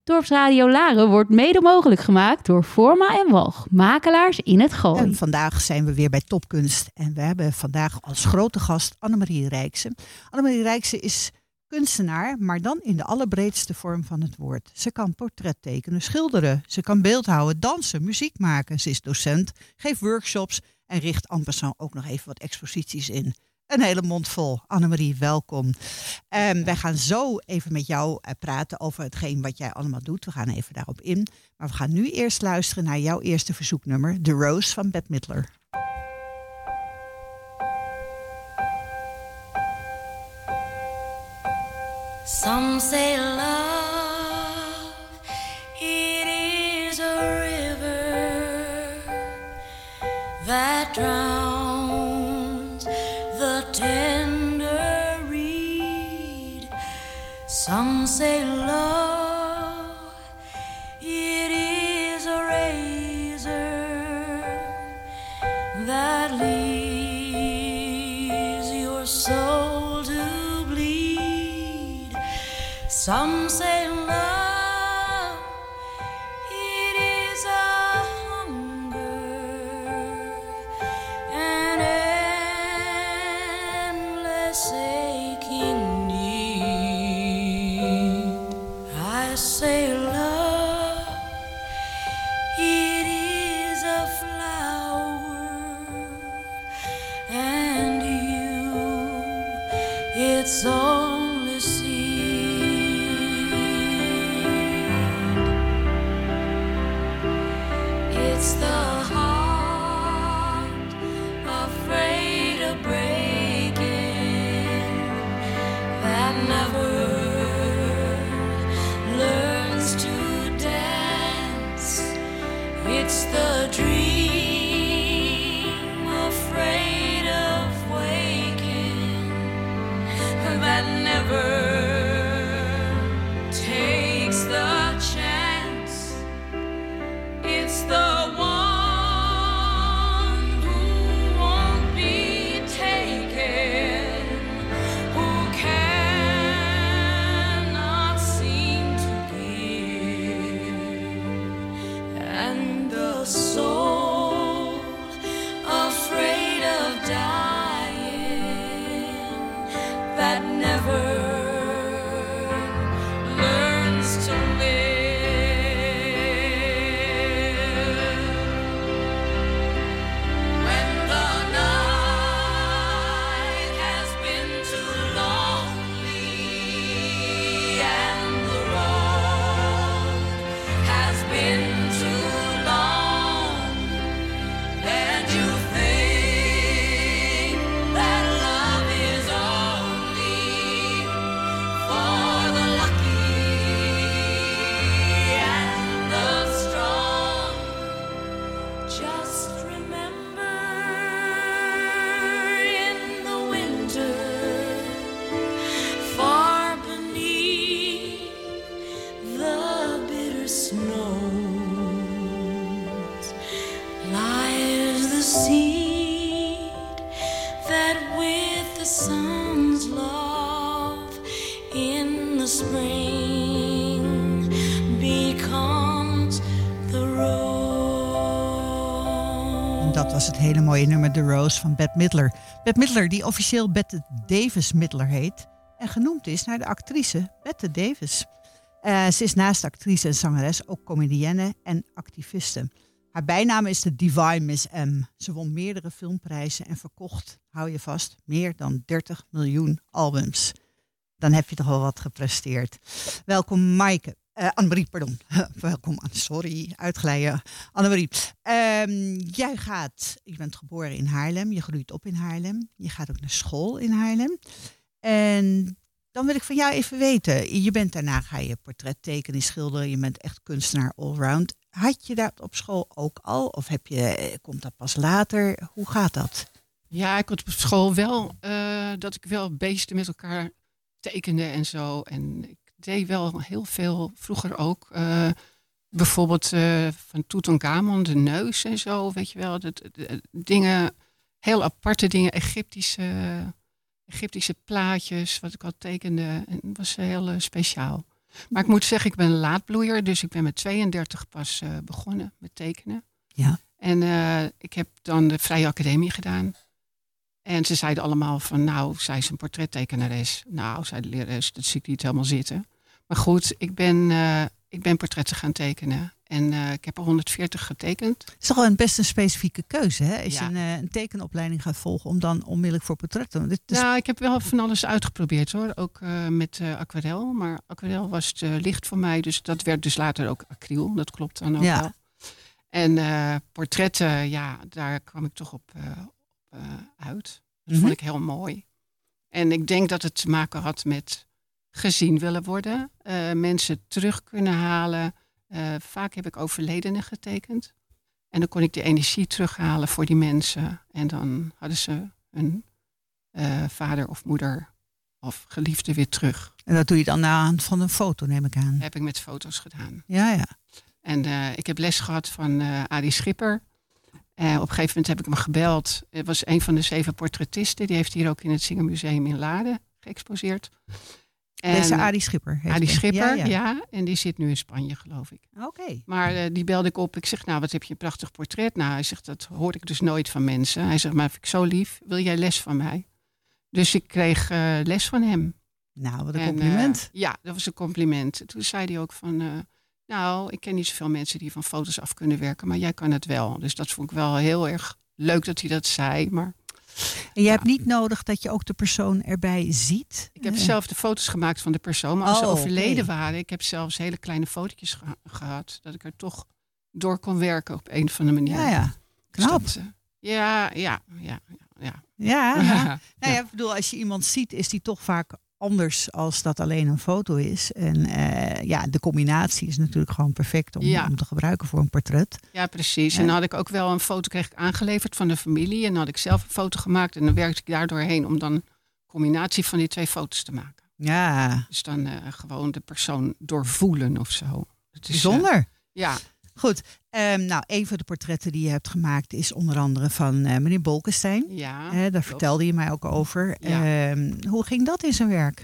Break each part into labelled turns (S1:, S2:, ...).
S1: Dorpsradio Laren wordt mede mogelijk gemaakt door Forma en Walg, makelaars in het Gooi.
S2: En vandaag zijn we weer bij Topkunst en we hebben vandaag als grote gast Annemarie Rijksen. Annemarie Rijksen is kunstenaar, maar dan in de allerbreedste vorm van het woord. Ze kan portret tekenen, schilderen, ze kan beeldhouden, dansen, muziek maken. Ze is docent, geeft workshops en richt en passant ook nog even wat exposities in. Een hele mond vol. Annemarie, welkom. Wij gaan zo even met jou praten over hetgeen wat jij allemaal doet. We gaan even daarop in. Maar we gaan nu eerst luisteren naar jouw eerste verzoeknummer. The Rose van Bette Midler.
S3: Some say love, it is a river that drowns the tender reed. Some say love, it is a razor that leaves your soul to bleed. Some say love, it is a hunger, an endless aching need. I say love, it is a flower, and you, it's only seed. It's the heart afraid of breaking that never learns to dance. It's the dream afraid of waking that never takes the chance. It's the one who won't be taken, who cannot seem to give, and the soul afraid of dying that never learns to live. When the night has been too lonely and the road has been too long, and you think that love is only for the lucky and the strong, just remember in the winter, far beneath the bitter snows, lies the seed that with the sun's love in the spring becomes the rose.
S2: En dat was het hele mooie nummer The Rose van Bette Midler. Bette Midler, die officieel Bette Davis Midler heet en genoemd is naar de actrice Bette Davis. Ze is naast actrice en zangeres ook comedienne en activiste. Haar bijnaam is de Divine Miss M. Ze won meerdere filmprijzen en verkocht, hou je vast, meer dan 30 miljoen albums. Dan heb je toch wel wat gepresteerd. Welkom Maaike. Annemarie, pardon. Welkom, sorry, uitglijden. Annemarie, je bent geboren in Haarlem, je groeit op in Haarlem. Je gaat ook naar school in Haarlem. En dan wil ik van jou even weten, daarna ga je portret tekenen, schilderen, je bent echt kunstenaar allround. Had je dat op school ook al? Of komt dat pas later? Hoe gaat dat?
S4: Ja, ik had op school wel dat ik wel beesten met elkaar tekende en zo. En ik deed wel heel veel, vroeger ook, bijvoorbeeld van Tutankhamon, de neus en zo, weet je wel. Dingen, heel aparte dingen, Egyptische plaatjes, wat ik al tekende. En dat was heel speciaal. Maar ik moet zeggen, ik ben een laatbloeier. Dus ik ben met 32 pas begonnen met tekenen.
S2: Ja.
S4: En ik heb dan de Vrije Academie gedaan. En ze zeiden allemaal van, nou, zij is een portrettekenares. Nou, zei de lerares, dat zie ik niet helemaal zitten. Maar goed, ik ben portretten gaan tekenen. En ik heb er 140 getekend.
S2: Het is toch wel best een specifieke keuze, hè? Als
S4: Ja.
S2: je een tekenopleiding gaat volgen om dan onmiddellijk voor portretten. Dit is...
S4: Nou, ik heb wel van alles uitgeprobeerd hoor. Ook met aquarel. Maar aquarel was te licht voor mij. Dus dat werd dus later ook acryl. Dat klopt dan ook wel. En portretten, ja, daar kwam ik toch op uit. Dat vond ik heel mooi. En ik denk dat het te maken had met gezien willen worden. Mensen terug kunnen halen. Vaak heb ik overledenen getekend. En dan kon ik de energie terughalen voor die mensen. En dan hadden ze hun vader of moeder of geliefde weer terug.
S2: En dat doe je dan aan de hand van een foto, neem ik aan.
S4: Dat heb ik met foto's gedaan.
S2: Ja.
S4: En ik heb les gehad van Arie Schipper. Op een gegeven moment heb ik hem gebeld. Het was een van de 7 portrettisten. Die heeft hier ook in het Singermuseum in Laren geëxposeerd.
S2: Deze Arie Schipper.
S4: Arie Schipper, ja. En die zit nu in Spanje, geloof ik.
S2: Oké.
S4: Maar die belde ik op. Ik zeg, nou, wat heb je een prachtig portret. Nou, hij zegt, dat hoor ik dus nooit van mensen. Hij zegt, maar vind ik zo lief. Wil jij les van mij? Dus ik kreeg les van hem.
S2: Nou, wat een compliment.
S4: Ja, dat was een compliment. Toen zei hij ook van... nou, ik ken niet zoveel mensen die van foto's af kunnen werken. Maar jij kan het wel. Dus dat vond ik wel heel erg leuk dat hij dat zei. Maar...
S2: En je hebt niet nodig dat je ook de persoon erbij ziet?
S4: Ik heb zelf de foto's gemaakt van de persoon. Maar als ze overleden waren... Ik heb zelfs hele kleine fotootjes gehad. Dat ik er toch door kon werken op een of andere manier.
S2: Ja. Knap.
S4: Dus dat, ja.
S2: Nou ja, ik bedoel, als je iemand ziet, is die toch vaak anders als dat alleen een foto is. En de combinatie is natuurlijk gewoon perfect om te gebruiken voor een portret.
S4: Ja, precies. En dan had ik ook wel een foto kreeg ik aangeleverd van de familie. En dan had ik zelf een foto gemaakt. En dan werkte ik daar doorheen om dan een combinatie van die 2 foto's te maken.
S2: Ja.
S4: Dus dan gewoon de persoon doorvoelen of zo. Het is,
S2: bijzonder.
S4: Ja.
S2: Goed. Nou, een van de portretten die je hebt gemaakt is onder andere van meneer Bolkestein.
S4: Ja.
S2: Daar vertelde je mij ook over.
S4: Ja.
S2: Hoe ging dat in zijn werk?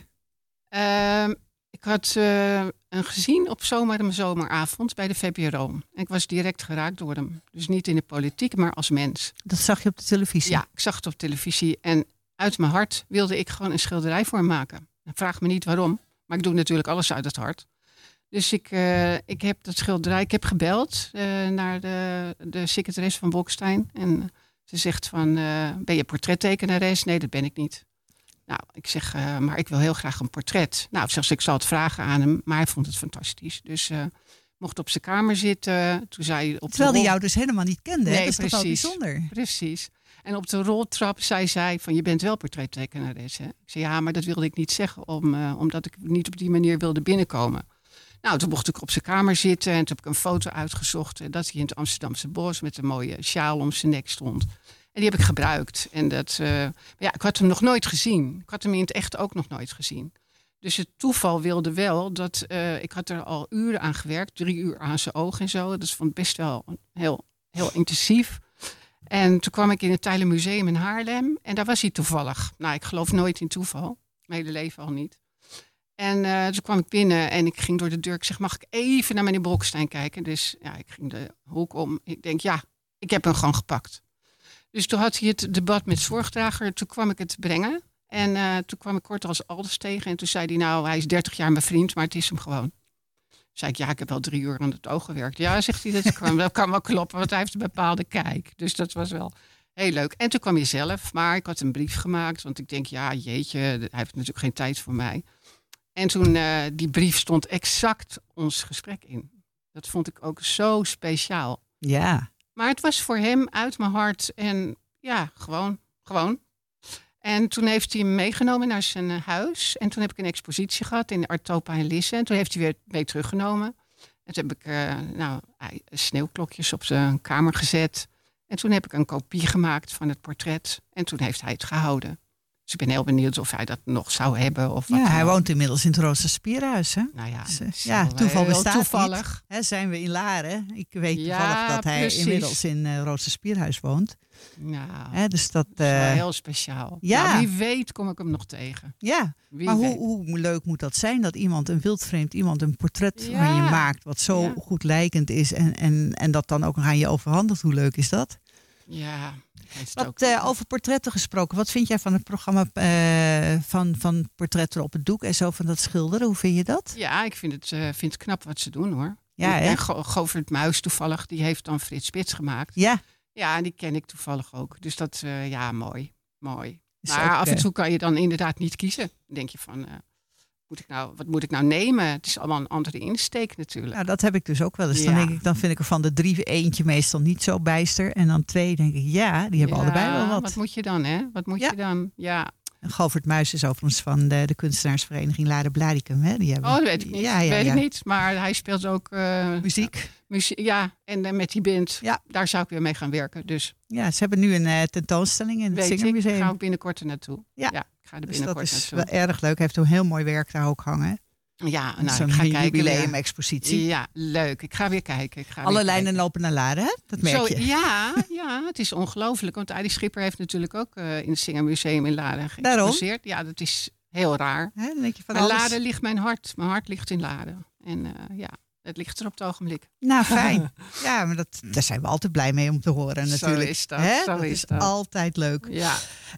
S4: Ik had een gezien op zomeravond bij de VPRO. En ik was direct geraakt door hem. Dus niet in de politiek, maar als mens.
S2: Dat zag je op de televisie?
S4: Ja, ik zag het op televisie. En uit mijn hart wilde ik gewoon een schilderij voor hem maken. Vraag me niet waarom, maar ik doe natuurlijk alles uit het hart. Dus ik heb dat schilderij, ik heb gebeld naar de secretaris van Bolkestein. En ze zegt van, ben je portrettekenares? Nee, dat ben ik niet. Nou, ik zeg, maar ik wil heel graag een portret. Nou, zegt ze, ik zal het vragen aan hem, maar hij vond het fantastisch. Dus mocht op zijn kamer zitten. Toen zei hij
S2: terwijl hij jou dus helemaal niet kende,
S4: nee,
S2: dat is
S4: precies,
S2: toch wel bijzonder.
S4: Precies. En op de roltrap zei zij van, je bent wel portrettekenares, hè? Ik zei, ja, maar dat wilde ik niet zeggen, omdat ik niet op die manier wilde binnenkomen. Nou, toen mocht ik op zijn kamer zitten en toen heb ik een foto uitgezocht dat hij in het Amsterdamse bos met een mooie sjaal om zijn nek stond. En die heb ik gebruikt. En ik had hem nog nooit gezien. Ik had hem in het echt ook nog nooit gezien. Dus het toeval wilde wel dat ik had er al uren aan gewerkt, 3 uur aan zijn ogen en zo. Dat vond ik best wel heel, heel intensief. En toen kwam ik in het Tijler Museum in Haarlem en daar was hij toevallig. Nou, ik geloof nooit in toeval. Mijn hele leven al niet. En toen kwam ik binnen en ik ging door de deur. Ik zeg, mag ik even naar meneer Bolkestein kijken? Dus ja, ik ging de hoek om. Ik denk, ja, ik heb hem gewoon gepakt. Dus toen had hij het debat met zorgdrager. Toen kwam ik het brengen. En toen kwam ik kort als Alders tegen. En toen zei hij, nou, hij is 30 jaar mijn vriend, maar het is hem gewoon. Zei ik, ja, ik heb wel 3 uur aan het oog gewerkt. Ja, zegt hij, dat kan wel kloppen, want hij heeft een bepaalde kijk. Dus dat was wel heel leuk. En toen kwam hij zelf, maar ik had een brief gemaakt. Want ik denk, ja, jeetje, hij heeft natuurlijk geen tijd voor mij. En toen, die brief stond exact ons gesprek in. Dat vond ik ook zo speciaal.
S2: Ja.
S4: Maar het was voor hem uit mijn hart. En ja, gewoon. En toen heeft hij hem meegenomen naar zijn huis. En toen heb ik een expositie gehad in Artopa en Lisse. En toen heeft hij weer mee teruggenomen. En toen heb ik sneeuwklokjes op zijn kamer gezet. En toen heb ik een kopie gemaakt van het portret. En toen heeft hij het gehouden. Dus ik ben heel benieuwd of hij dat nog zou hebben. Of wat
S2: Ja, hij
S4: dan ook.
S2: woont inmiddels in het Roze Spierhuis. Hè?
S4: Nou ja,
S2: Dus,
S4: dat is
S2: ja,
S4: wel
S2: toeval
S4: heel
S2: bestaat
S4: toevallig.
S2: niet. Hè, zijn we in Laren. Ik weet
S4: Ja,
S2: toevallig dat hij
S4: precies.
S2: inmiddels in Roze Spierhuis woont.
S4: Nou,
S2: Hè, dus dat,
S4: dat is wel heel speciaal.
S2: ja.
S4: Nou, wie weet kom ik hem nog tegen.
S2: ja,
S4: Wie
S2: maar
S4: weet.
S2: hoe leuk moet dat zijn dat iemand, een wildvreemd iemand, een portret
S4: Ja.
S2: van je maakt wat zo
S4: Ja.
S2: goed lijkend is en dat dan ook nog aan je overhandigt. Hoe leuk is dat?
S4: Ja, weet het ook
S2: Wat,
S4: niet.
S2: over portretten gesproken, wat vind jij van het programma van portretten op het doek en zo van dat schilderen? Hoe vind je dat?
S4: Ja, ik vind het knap wat ze doen hoor.
S2: Ja, hè?
S4: En Govert Muis toevallig, die heeft dan Frits Spits gemaakt.
S2: Ja,
S4: Ja, en die ken ik toevallig ook. Dus dat, ja, mooi.
S2: is
S4: Maar
S2: ook,
S4: af en toe kan je dan inderdaad niet kiezen. Dan denk je van, wat moet ik nou nemen? Het is allemaal een andere insteek natuurlijk.
S2: nou, dat heb ik dus ook wel eens. Dan,
S4: Ja.
S2: denk ik, dan vind ik er van de 3 eentje meestal niet zo bijster. En dan 2 denk ik, ja, die hebben
S4: Ja,
S2: allebei wel wat.
S4: Wat moet je dan, hè? Wat moet
S2: Ja.
S4: je dan? Ja.
S2: En Govert Muis is overigens van de kunstenaarsvereniging Lade Blaricum. Hè? Die hebben,
S4: Oh, dat weet ik niet.
S2: Ja,
S4: weet
S2: ja.
S4: ik niet. Maar hij speelt ook
S2: Muziek.
S4: Ja, en met die band,
S2: Ja.
S4: daar zou ik weer mee gaan werken. Dus
S2: Ja, ze hebben nu een tentoonstelling in het
S4: weet ik,
S2: Singermuseum.
S4: ga ik binnenkort er naartoe.
S2: Ja.
S4: Ik ga er
S2: Dus dat
S4: binnenkort
S2: is
S4: naartoe.
S2: wel erg leuk. Hij heeft een heel mooi werk daar ook hangen.
S4: Ja, nou,
S2: Zo'n
S4: ik ga kijken.
S2: jubileum-expositie.
S4: Ja, leuk. Ik ga weer kijken.
S2: Alle lijnen lopen naar Laren, hè? Dat merk je.
S4: Ja, het is ongelooflijk. Want Arie Schipper heeft natuurlijk ook in het Singermuseum in Laren
S2: Daarom?
S4: geëxposeerd. Ja, dat is heel raar.
S2: Hè, dan denk je van
S4: Maar
S2: alles.
S4: Laren ligt mijn hart. Mijn hart ligt in Laren. En ja, het ligt er op het ogenblik.
S2: Nou, fijn. Ja, maar daar zijn we altijd blij mee om te horen natuurlijk.
S4: Zo is dat.
S2: Hè?
S4: Zo
S2: dat
S4: is
S2: is
S4: dat.
S2: altijd leuk.
S4: Ja.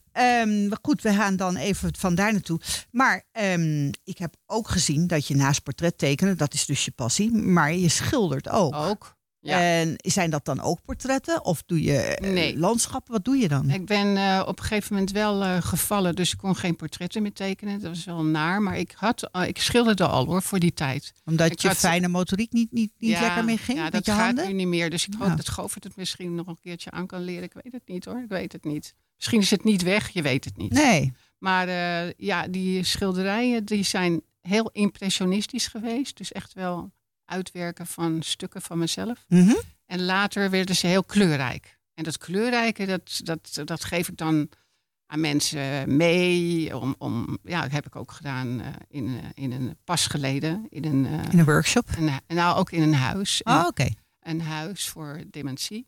S2: Maar goed, we gaan dan even van daar naartoe. Maar ik heb ook gezien dat je naast portret tekenen, dat is dus je passie, maar je schildert ook.
S4: Ook. Ja.
S2: En zijn dat dan ook portretten? Of doe je
S4: Nee.
S2: landschappen? Wat doe je dan?
S4: Ik ben op een gegeven moment wel gevallen, dus ik kon geen portretten meer tekenen. Dat was wel naar, maar ik schilderde al hoor, voor die tijd.
S2: Omdat
S4: ik
S2: je
S4: had-
S2: fijne motoriek niet lekker mee ging
S4: Ja,
S2: met
S4: dat
S2: je
S4: gaat
S2: handen?
S4: nu niet meer. Dus ik hoop
S2: Nou.
S4: dat Govert het misschien nog een keertje aan kan leren. Ik weet het niet hoor, ik weet het niet. Misschien is het niet weg, je weet het niet.
S2: Nee.
S4: Maar ja, die schilderijen die zijn heel impressionistisch geweest. Dus echt wel uitwerken van stukken van mezelf.
S2: Mhm.
S4: En later werden ze heel kleurrijk. En dat kleurrijke, dat geef ik dan aan mensen mee. Ja, dat heb ik ook gedaan in een pas geleden. In
S2: In een workshop?
S4: nou, ook in een huis.
S2: Oh, oké.
S4: Een huis voor dementie.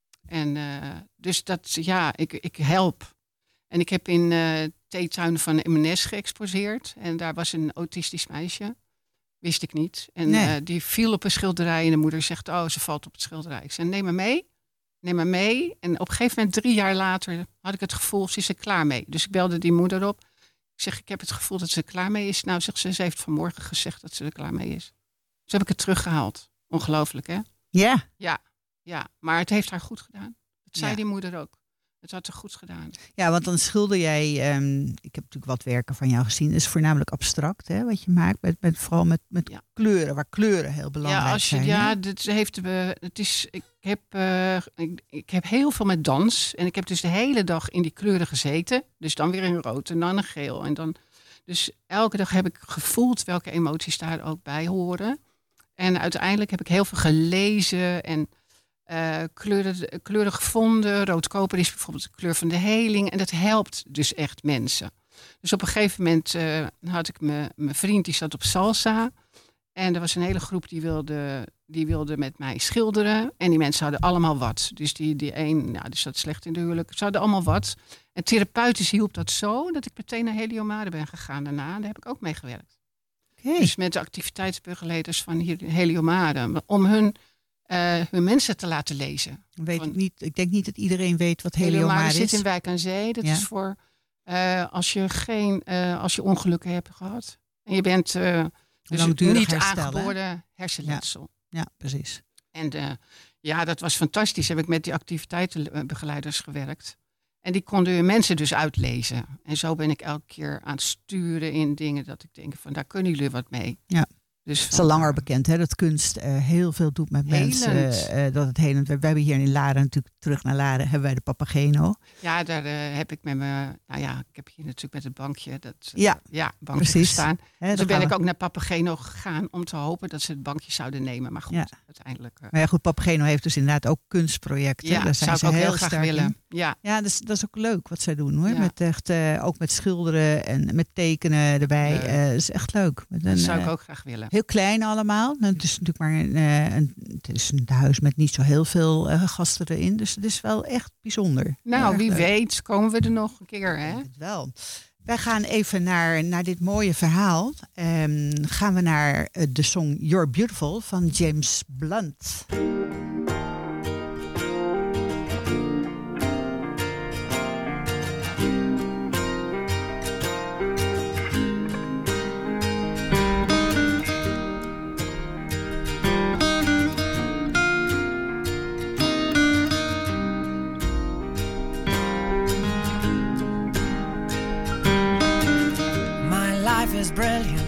S4: En dus dat, ja, ik help. En ik heb in theetuin van MNS geëxposeerd. En daar was een autistisch meisje. Wist ik niet. En
S2: Nee.
S4: die viel op een schilderij. En de moeder zegt, oh, ze valt op het schilderij. Ik zei, neem maar mee. Neem maar mee. En op een gegeven moment, 3 jaar later, had ik het gevoel, ze is er klaar mee. Dus ik belde die moeder op. Ik zeg, ik heb het gevoel dat ze er klaar mee is. Nou, zegt ze heeft vanmorgen gezegd dat ze er klaar mee is. Dus heb ik het teruggehaald. Ongelooflijk, hè?
S2: Ja.
S4: Ja, maar het heeft haar goed gedaan. Dat zei
S2: Ja.
S4: die moeder ook. Het had haar goed gedaan.
S2: Ja, want dan schilder jij. Ik heb natuurlijk wat werken van jou gezien. Het is voornamelijk abstract, hè, wat je maakt. Vooral met
S4: Ja.
S2: kleuren, waar kleuren heel belangrijk zijn. Hè?
S4: Ik heb heel veel met dans. En ik heb dus de hele dag in die kleuren gezeten. Dus dan weer in rood en dan een geel. En dan, dus elke dag heb ik gevoeld welke emoties daar ook bij horen. En uiteindelijk heb ik heel veel gelezen en kleuren gevonden. Roodkoper is bijvoorbeeld de kleur van de heling. En dat helpt dus echt mensen. Dus op een gegeven moment had ik mijn vriend, die zat op salsa. En er was een hele groep die wilde met mij schilderen. En die mensen hadden allemaal wat. Dus die een, die zat slecht in de huwelijk. Ze hadden allemaal wat. En therapeutisch hielp dat zo dat ik meteen naar Heliomade ben gegaan daarna. Daar heb ik ook mee gewerkt.
S2: Oké.
S4: Dus met de activiteitsbegeleiders van Heliomade. Om hun mensen te laten lezen.
S2: Weet ik niet. Ik denk niet dat iedereen weet wat Heliomade
S4: zit
S2: is.
S4: in Wijk aan Zee. Dat
S2: Ja.
S4: is voor als je ongelukken hebt gehad. En je bent dus
S2: Langdurig
S4: niet
S2: herstel, hè?
S4: aangeboren hersenletsel.
S2: Ja, precies.
S4: En dat was fantastisch. Heb ik met die activiteitenbegeleiders gewerkt. En die konden mensen dus uitlezen. En zo ben ik elke keer aan het sturen in dingen dat ik denk van daar kunnen jullie wat mee.
S2: Ja.
S4: Dus
S2: Het is al langer bekend hè, dat kunst heel veel doet met mensen. Dat het helend. We hebben hier in Laren natuurlijk, terug naar Laren, hebben wij de Papageno.
S4: Ja, daar heb ik met me. Nou ja, ik heb hier natuurlijk met het bankje. Bankje
S2: precies.
S4: gestaan.
S2: Hè,
S4: Dus
S2: dan
S4: ben
S2: gaan
S4: ik
S2: we-
S4: ook naar Papageno gegaan om te hopen dat ze het bankje zouden nemen. Maar goed,
S2: Ja.
S4: uiteindelijk.
S2: Maar ja, goed, Papageno heeft dus inderdaad ook kunstprojecten.
S4: Ja,
S2: Daar zijn
S4: zou
S2: ze
S4: ik ook
S2: heel
S4: heel graag
S2: sterk
S4: willen.
S2: in.
S4: Ja.
S2: Ja, dat is ook leuk wat zij doen hoor.
S4: Ja.
S2: Met echt, ook met schilderen en met tekenen erbij. Dat is echt leuk.
S4: Dat zou ik ook graag willen.
S2: Heel klein allemaal. Nou, het is natuurlijk maar het is een huis met niet zo heel veel gasten erin. Dus het is wel echt bijzonder.
S4: Nou, wie
S2: leuk.
S4: weet komen we er nog een keer, hè?
S2: Ik denk het wel. Wij gaan even naar dit mooie verhaal. Gaan we naar de song You're Beautiful van James Blunt.
S5: Is brilliant.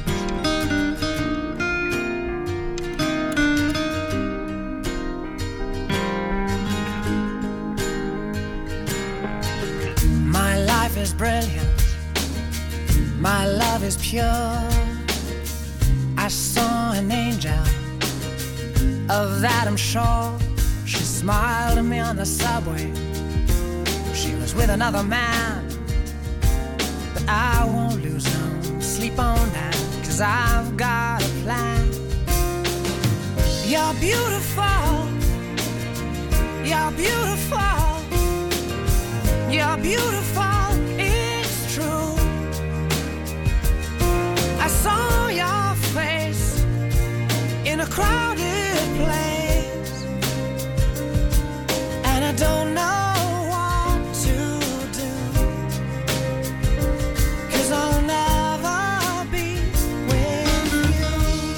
S5: My life is brilliant. My love is pure. I saw an angel, of that I'm sure. She smiled at me on the subway. She was with another man, but I won't lose no sleep on that, 'cause I've got a plan. You're beautiful. You're beautiful. You're beautiful. It's true. I saw your face in a crowded place, and I don't know what to do, 'cause I'll never be with you.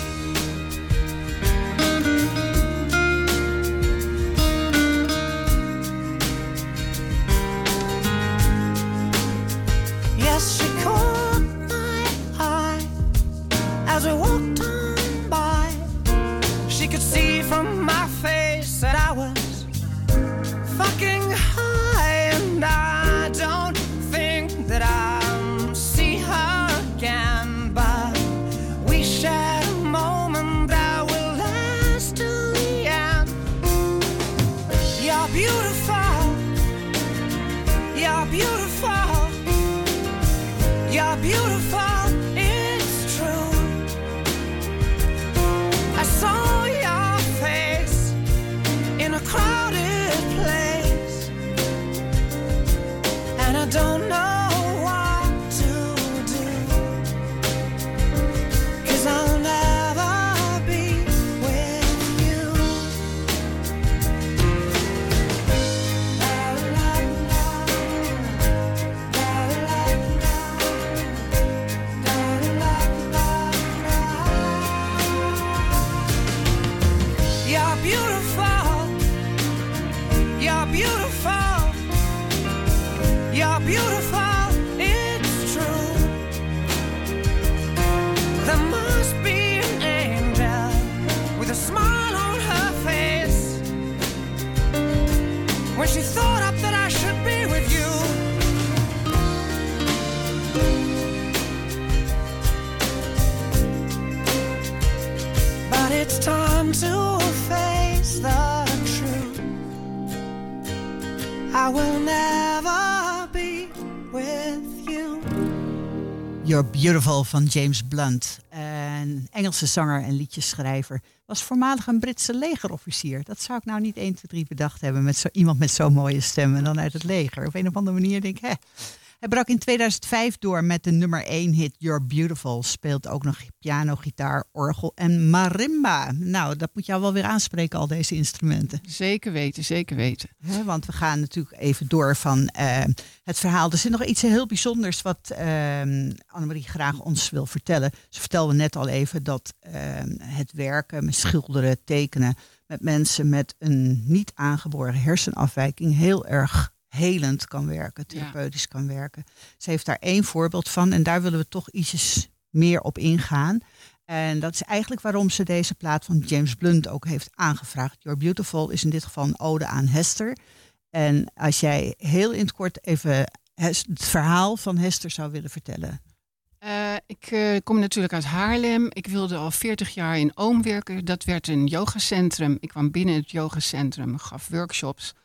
S5: Yes, she caught my eye as we walked on by. She could see from my face that I was fucking high, and I don't think that I'll see her again, but we shared a moment that will last till the end. You're beautiful. You're beautiful. You're beautiful. It's true. I saw your face in a crowded place, and I don't know what to do, 'cause I'll never be with you. La, la, la. La, la, la. La, la, la, la. You're beautiful. You're beautiful. You're beautiful. It's true. There must be an angel with a smile on her face when she thought up that I should be with you. But it's time to face the truth. I will never be with you.
S2: You're Beautiful van James Blunt. Een Engelse zanger en liedjeschrijver. Was voormalig een Britse legerofficier. Dat zou ik nou niet 1, 2, 3 bedacht hebben. Met iemand met zo'n mooie stem en dan uit het leger. Op een of andere manier denk ik, Hij brak in 2005 door met de nummer 1 hit You're Beautiful. Speelt ook nog piano, gitaar, orgel en marimba. Nou, dat moet jou wel weer aanspreken, al deze instrumenten.
S4: Zeker weten, zeker weten.
S2: Want we gaan natuurlijk even door van het verhaal. Er zit nog iets heel bijzonders wat Annemarie graag ons wil vertellen. Ze vertelde net al even dat het werken met schilderen, tekenen met mensen met een niet aangeboren hersenafwijking heel erg helend kan werken, therapeutisch kan werken. Ze heeft daar 1 voorbeeld van en daar willen we toch ietsjes meer op ingaan. En dat is eigenlijk waarom ze deze plaat van James Blunt ook heeft aangevraagd. You're Beautiful is in dit geval een ode aan Hester. En als jij heel in het kort even het verhaal van Hester zou willen vertellen.
S4: Ik kom natuurlijk uit Haarlem. Ik wilde al 40 jaar in Oom werken. Dat werd een yogacentrum. Ik kwam binnen het yogacentrum, gaf workshops.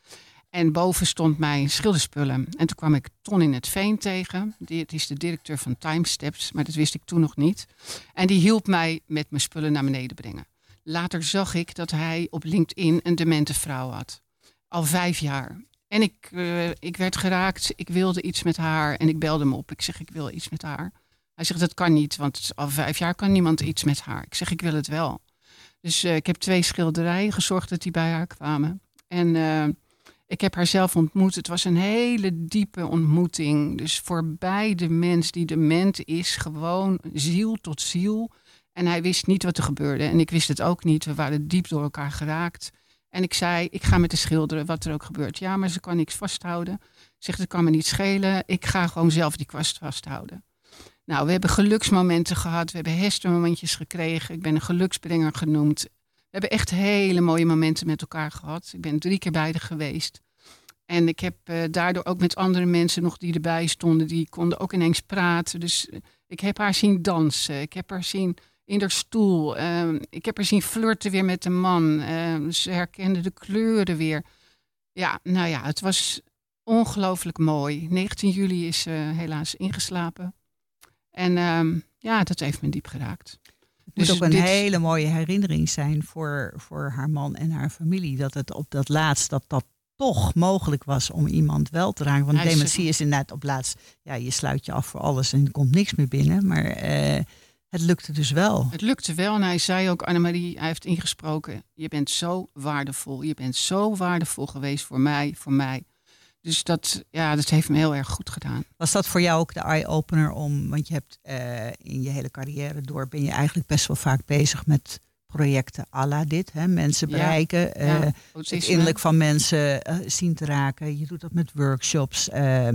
S4: En boven stond mijn schilderspullen. En toen kwam ik Ton in het Veen tegen. Het is de directeur van Time Steps, maar dat wist ik toen nog niet. En die hielp mij met mijn spullen naar beneden brengen. Later zag ik dat hij op LinkedIn een demente vrouw had. Al 5 jaar. En ik werd geraakt. Ik wilde iets met haar. En ik belde hem op. Ik zeg, ik wil iets met haar. Hij zegt, dat kan niet. Want al 5 jaar kan niemand iets met haar. Ik zeg, ik wil het wel. Dus ik heb 2 schilderijen gezorgd dat die bij haar kwamen. En ik heb haar zelf ontmoet. Het was een hele diepe ontmoeting. Dus voorbij de mens die dement is. Gewoon ziel tot ziel. En hij wist niet wat er gebeurde. En ik wist het ook niet. We waren diep door elkaar geraakt. En ik zei, ik ga met haar schilderen, wat er ook gebeurt. Ja, maar ze kan niks vasthouden. Ik zeg, dat kan me niet schelen. Ik ga gewoon zelf die kwast vasthouden. Nou, we hebben geluksmomenten gehad. We hebben hestermomentjes gekregen. Ik ben een geluksbrenger genoemd. We hebben echt hele mooie momenten met elkaar gehad. Ik ben 3 keer bij haar geweest. En ik heb daardoor ook met andere mensen nog die erbij stonden. Die konden ook ineens praten. Dus ik heb haar zien dansen. Ik heb haar zien in haar stoel. Ik heb haar zien flirten weer met een man. Ze herkende de kleuren weer. Ja, nou ja, het was ongelooflijk mooi. 19 juli is ze helaas ingeslapen. En dat heeft me diep geraakt.
S2: Het moet ook een hele mooie herinnering zijn voor haar man en haar familie. Dat het op dat laatst, dat toch mogelijk was om iemand wel te raken. Want dementie is inderdaad op laatst, ja, je sluit je af voor alles en er komt niks meer binnen. Maar het lukte dus wel. Het lukte wel en hij zei ook, Annemarie, hij heeft ingesproken. Je bent zo waardevol. Je bent zo waardevol geweest voor mij. Dus dat heeft me heel erg goed gedaan. Was dat voor jou ook de eye-opener want je hebt in je hele carrière door, ben je eigenlijk best wel vaak bezig met projecten à la dit. Hè? Mensen bereiken, het innerlijk van mensen zien te raken. Je doet dat met workshops.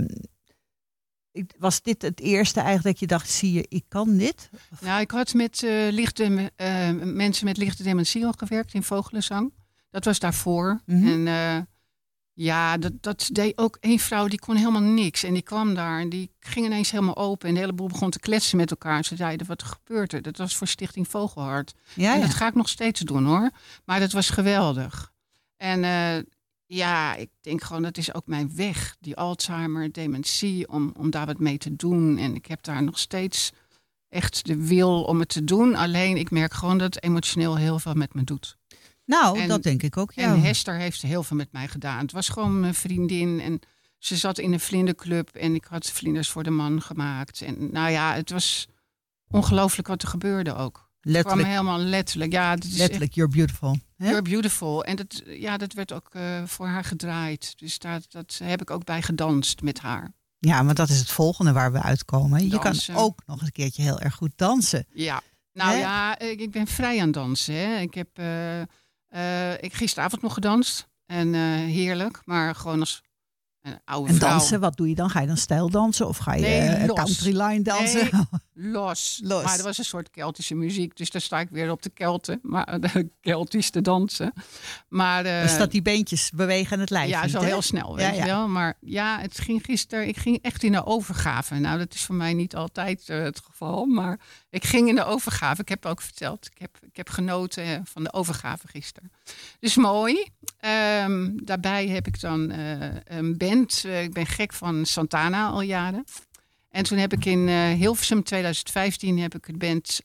S2: Was dit het eerste eigenlijk dat je dacht, zie je, ik kan dit? Nou, ik had met mensen met lichte dementie al gewerkt in Vogelenzang. Dat was daarvoor. Mm-hmm. En dat deed ook één vrouw, die kon helemaal niks. En die kwam daar en die ging ineens helemaal open. En de hele boel begon te kletsen met elkaar. Ze zeiden, wat gebeurt er? Dat was voor Stichting Vogelhart. En dat ga ik nog steeds doen hoor. Maar dat was geweldig. En ik denk gewoon, dat is ook mijn weg. Die Alzheimer, dementie, om daar wat mee te doen. En ik heb daar nog steeds echt de wil om het te doen. Alleen ik merk gewoon dat het emotioneel heel veel met me doet. Nou, dat denk ik ook, ja. En Hester heeft heel veel met mij gedaan. Het was gewoon mijn vriendin en ze zat in een vlinderclub en ik had vlinders voor de man gemaakt. En het was ongelooflijk wat er gebeurde ook. Letterlijk. Het kwam helemaal letterlijk. Ja, letterlijk, you're beautiful. Hè? You're beautiful. En dat werd ook voor haar gedraaid. Dus dat heb ik ook bij gedanst met haar. Ja, maar dat is het volgende waar we uitkomen. Dansen. Je kan ook nog eens een keertje heel erg goed dansen. Ja, ik ben vrij aan dansen. Hè. Ik heb gisteravond nog gedanst. En heerlijk, maar gewoon als een oude vrouw. En dansen, wat doe je dan? Ga je dan stijldansen of ga je countryline dansen? Nee, los. Maar dat was een soort Keltische muziek. Dus daar sta ik weer op de Kelten. Maar de Keltisch te dansen. Maar dus dat die beentjes bewegen en het lijf. Ja, niet, zo heel snel, weet je wel. Maar ja, het ging gisteren. Ik ging echt in de overgave. Nou, dat is voor mij niet altijd het geval. Maar ik ging in de overgave. Ik heb ook verteld. Ik heb genoten van de overgave gisteren. Dus mooi. Daarbij heb ik dan een band. Ik ben gek van Santana al jaren. En toen heb ik in Hilversum 2015 heb ik het band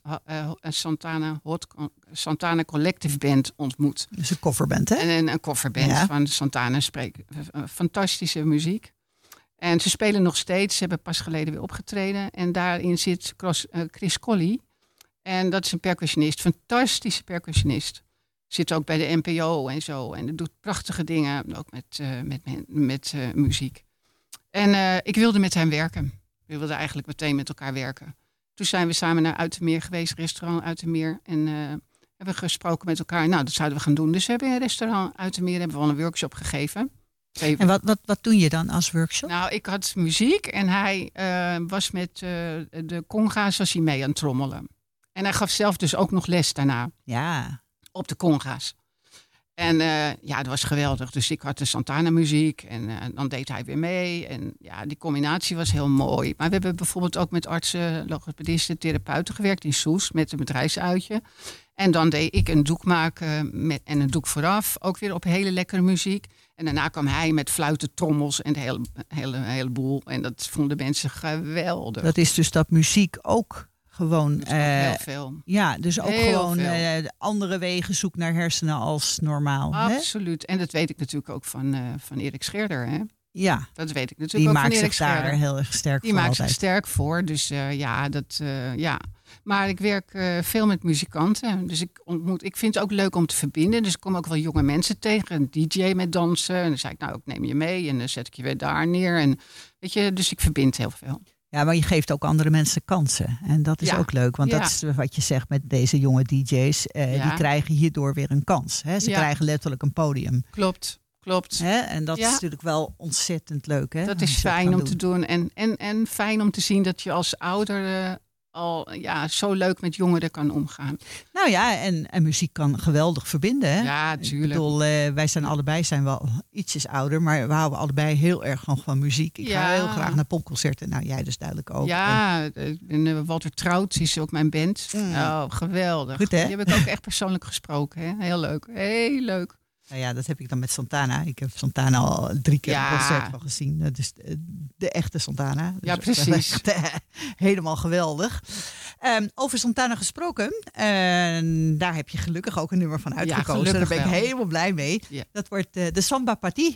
S2: Santana Collective Band ontmoet. Dat is een coverband, hè? En een coverband van Santana. Fantastische muziek. En ze spelen nog steeds. Ze hebben pas geleden weer opgetreden. En daarin zit Chris Colley. En dat is een percussionist. Fantastische percussionist. Zit ook bij de NPO en zo. En doet prachtige dingen. Ook met muziek. En ik wilde met hem werken. We wilden eigenlijk meteen met elkaar werken. Toen zijn we samen naar Uitermeer geweest. Restaurant Uitermeer. En hebben gesproken met elkaar. Nou, dat zouden we gaan doen. Dus we hebben in restaurant Uitermeer hebben we al een workshop gegeven. En wat doe je dan als workshop? Nou, ik had muziek. En hij was met de conga's was hij mee aan het trommelen. En hij gaf zelf dus ook nog les daarna. Ja. Op de conga's.
S4: En dat was geweldig. Dus ik had de Santana-muziek en dan deed hij weer mee. En ja, die combinatie was heel mooi. Maar we hebben bijvoorbeeld ook met artsen, logopedisten, therapeuten gewerkt in Soest met een bedrijfsuitje. En dan deed ik een doek maken en een doek vooraf. Ook weer op hele lekkere muziek. En daarna kwam hij met fluiten, trommels en de hele boel. En dat vonden mensen geweldig.
S2: Dat is dus dat muziek ook gewoon...
S4: heel veel.
S2: Ja, dus ook
S4: Heel
S2: gewoon
S4: veel.
S2: andere wegen zoekt naar hersenen als normaal. Hè?
S4: Absoluut. En dat weet ik natuurlijk ook van Erik Scheerder. Hè?
S2: Ja,
S4: Dat weet ik
S2: die
S4: natuurlijk ook van
S2: maakt
S4: Erik
S2: zich daar
S4: Scheerder.
S2: heel erg sterk
S4: Die
S2: voor
S4: maakt zich
S2: altijd.
S4: sterk voor. Dus ja. Maar ik werk veel met muzikanten. Dus ik vind het ook leuk om te verbinden. Dus ik kom ook wel jonge mensen tegen. Een DJ met dansen. En dan zei ik, nou, ik neem je mee. En dan zet ik je weer daar neer. En weet je, dus ik verbind heel veel.
S2: Ja, maar je geeft ook andere mensen kansen. En dat is
S4: Ja.
S2: ook leuk. Want
S4: Ja.
S2: dat is wat je zegt met deze jonge DJ's. Die krijgen hierdoor weer een kans. Hè? Ze krijgen letterlijk een podium.
S4: Klopt.
S2: Hè? En dat is natuurlijk wel ontzettend leuk. Hè?
S4: Dat
S2: als
S4: is
S2: je
S4: fijn
S2: kan
S4: om te doen. En fijn om te zien dat je als ouder al zo leuk met jongeren kan omgaan.
S2: Nou ja, en muziek kan geweldig verbinden. Hè?
S4: Ja,
S2: Ik
S4: tuurlijk.
S2: bedoel, wij zijn allebei wel ietsjes ouder. Maar we houden allebei heel erg van muziek. Ik ga heel graag naar popconcerten. Nou, jij dus duidelijk ook.
S4: Ja, en Walter Trout is ook mijn band. Oh, geweldig.
S2: Goed, hè?
S4: Die heb ik ook echt persoonlijk gesproken. Hè? Heel leuk. Heel leuk.
S2: Nou ja, dat heb ik dan met Santana. Ik heb Santana al 3 keer
S4: Ja.
S2: een concert van gezien. Dus de echte Santana. Dus
S4: Ja,
S2: dat was
S4: precies.
S2: echt, helemaal geweldig. Over Santana gesproken. Daar heb je gelukkig ook een nummer van uitgekozen. Daar
S4: gelukkig
S2: ben ik
S4: wel.
S2: helemaal blij mee.
S4: Ja.
S2: Dat wordt de Samba Partie.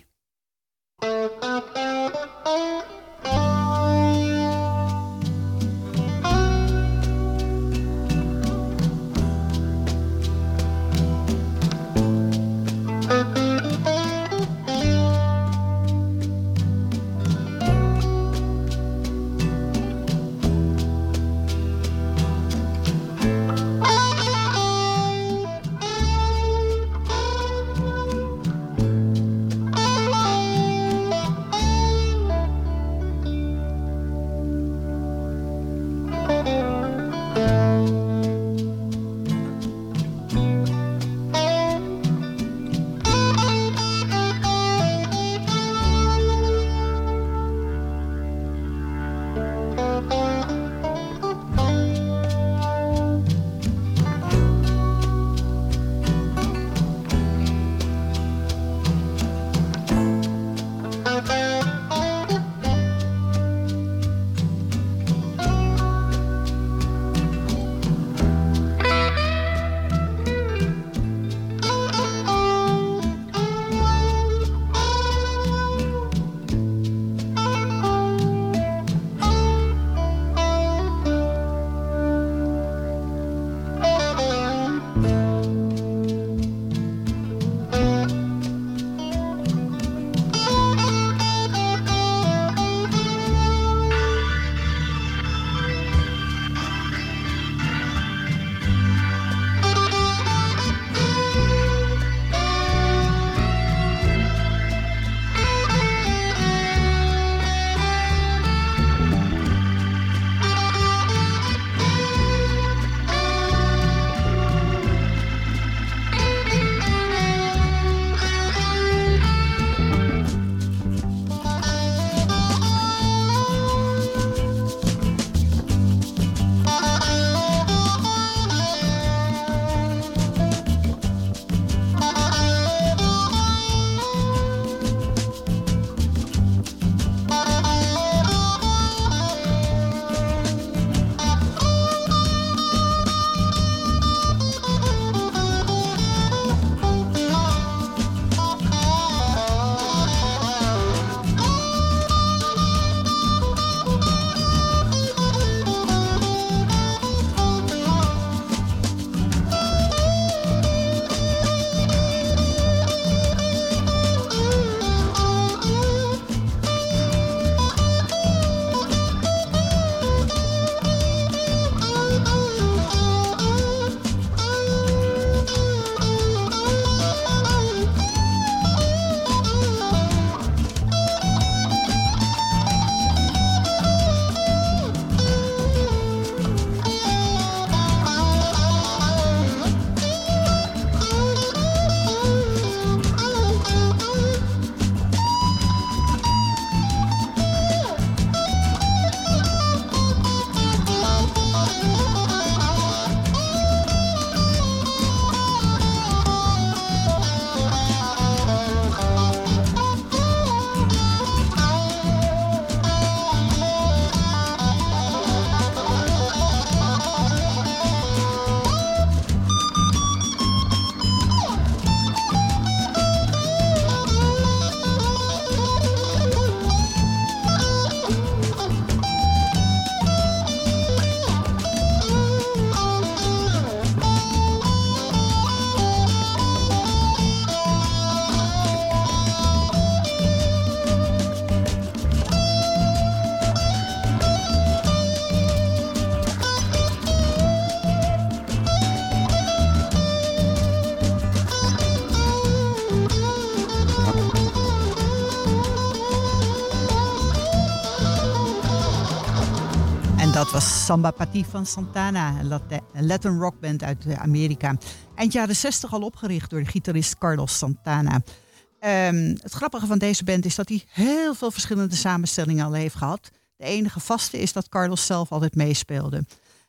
S2: Dat was Samba Pati van Santana, een Latin rockband uit Amerika. Eind jaren 60 al opgericht door de gitarist Carlos Santana. Het grappige van deze band is dat hij heel veel verschillende samenstellingen al heeft gehad. De enige vaste is dat Carlos zelf altijd meespeelde.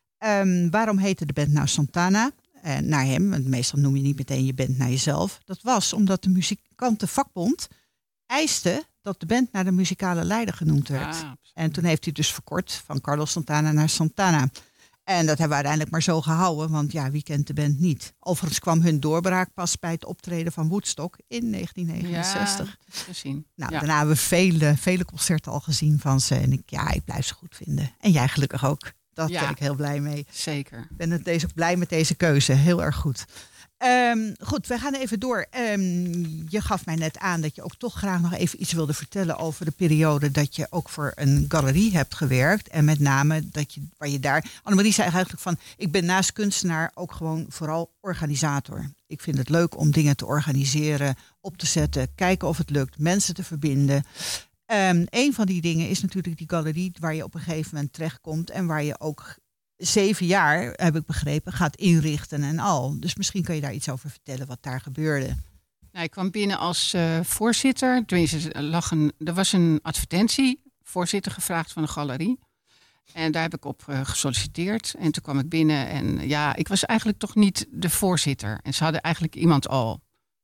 S2: Waarom heette de band nou Santana? Naar hem, want meestal noem je niet meteen je band naar jezelf. Dat was omdat de muzikantenvakbond eiste dat de band naar de muzikale leider genoemd werd. En toen heeft hij dus verkort van Carlos Santana naar Santana. En dat hebben we uiteindelijk maar zo gehouden, want ja, wie kent de band niet? Overigens kwam hun doorbraak pas bij het optreden van Woodstock in 1969.
S4: Ja, gezien.
S2: Nou, daarna hebben we vele concerten al gezien van ze. En ik blijf ze goed vinden. En jij gelukkig ook. Daar ben ik heel blij mee.
S4: Zeker.
S2: Ik ben blij met deze keuze. Heel erg goed. Goed, we gaan even door. Je gaf mij net aan dat je ook toch graag nog even iets wilde vertellen over de periode dat je ook voor een galerie hebt gewerkt. En met name waar je daar... Annemarie zei eigenlijk van, ik ben naast kunstenaar ook gewoon vooral organisator. Ik vind het leuk om dingen te organiseren, op te zetten, kijken of het lukt, mensen te verbinden. Een van die dingen is natuurlijk die galerie waar je op een gegeven moment terechtkomt en waar je ook 7 jaar, heb ik begrepen, gaat inrichten en al. Dus misschien kan je daar iets over vertellen wat daar gebeurde.
S4: Nou, ik kwam binnen als voorzitter. Er was een advertentie, voorzitter gevraagd van de galerie. En daar heb ik op gesolliciteerd. En toen kwam ik binnen en ik was eigenlijk toch niet de voorzitter. En ze hadden eigenlijk iemand al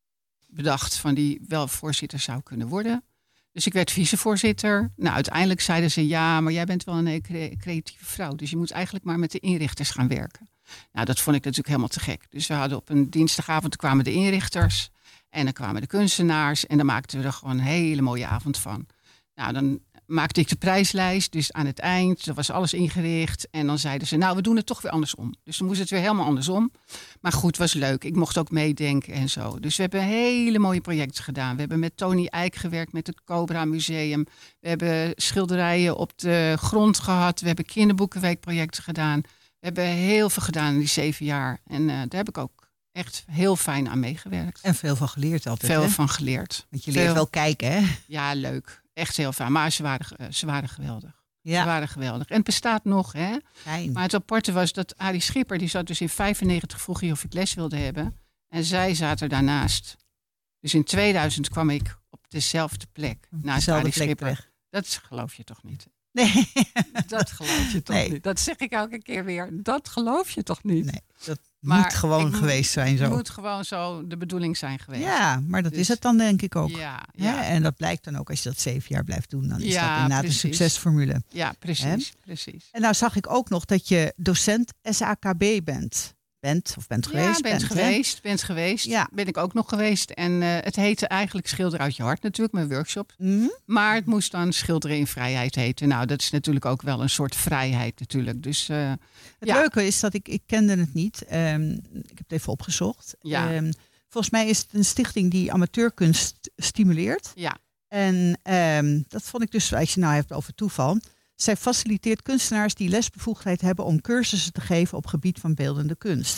S4: bedacht van die wel voorzitter zou kunnen worden. Dus ik werd vicevoorzitter. Nou, uiteindelijk zeiden ze, ja, maar jij bent wel een creatieve vrouw. Dus je moet eigenlijk maar met de inrichters gaan werken. Nou, dat vond ik natuurlijk helemaal te gek. Dus we hadden op een dinsdagavond, kwamen de inrichters. En dan kwamen de kunstenaars. En dan maakten we er gewoon een hele mooie avond van. Nou, dan maakte ik de prijslijst. Dus aan het eind, er was alles ingericht. En dan zeiden ze, nou, we doen het toch weer andersom. Dus dan moest het weer helemaal andersom. Maar goed, het was leuk. Ik mocht ook meedenken en zo. Dus we hebben hele mooie projecten gedaan. We hebben met Tony Eijk gewerkt met het Cobra Museum. We hebben schilderijen op de grond gehad. We hebben kinderboekenweekprojecten gedaan. We hebben heel veel gedaan in die 7 jaar. En daar heb ik ook echt heel fijn aan meegewerkt.
S2: En veel van geleerd altijd.
S4: Veel van geleerd.
S2: Want je leert wel kijken, hè?
S4: Ja, leuk. Echt heel fijn. Maar ze waren geweldig.
S2: Ja.
S4: Ze waren geweldig. En het bestaat nog, hè?
S2: Fijn.
S4: Maar het aparte was dat Arie Schipper, die zat dus in 95, vroeg hij of ik les wilde hebben. En zij zaten daarnaast. Dus in 2000 kwam ik op dezelfde plek naast Arie Schipper.
S2: Terecht.
S4: Dat geloof je toch niet?
S2: Nee.
S4: Dat geloof je toch niet? Dat zeg ik elke keer weer. Dat geloof je toch niet?
S2: Nee, dat moet gewoon geweest zijn zo.
S4: Het moet gewoon zo de bedoeling zijn geweest.
S2: Ja, maar dat is het dan denk ik ook.
S4: Ja.
S2: En dat blijkt dan ook als je dat 7 jaar blijft doen. Dan is dat inderdaad
S4: precies.
S2: een succesformule.
S4: Ja, precies.
S2: En nou zag ik ook nog dat je docent SAKB bent. Bent geweest?
S4: Ben geweest.
S2: Ja.
S4: Ben ik ook nog geweest. En het heette eigenlijk Schilder uit je hart natuurlijk, mijn workshop.
S2: Mm-hmm.
S4: Maar het moest dan Schilderen in vrijheid heten. Nou, dat is natuurlijk ook wel een soort vrijheid natuurlijk. Dus,
S2: het leuke is dat ik kende het niet. Ik heb het even opgezocht.
S4: Ja.
S2: Volgens mij is het een stichting die amateurkunst stimuleert.
S4: Ja.
S2: En dat vond ik dus, als je nou hebt over toeval. Zij faciliteert kunstenaars die lesbevoegdheid hebben om cursussen te geven op gebied van beeldende kunst.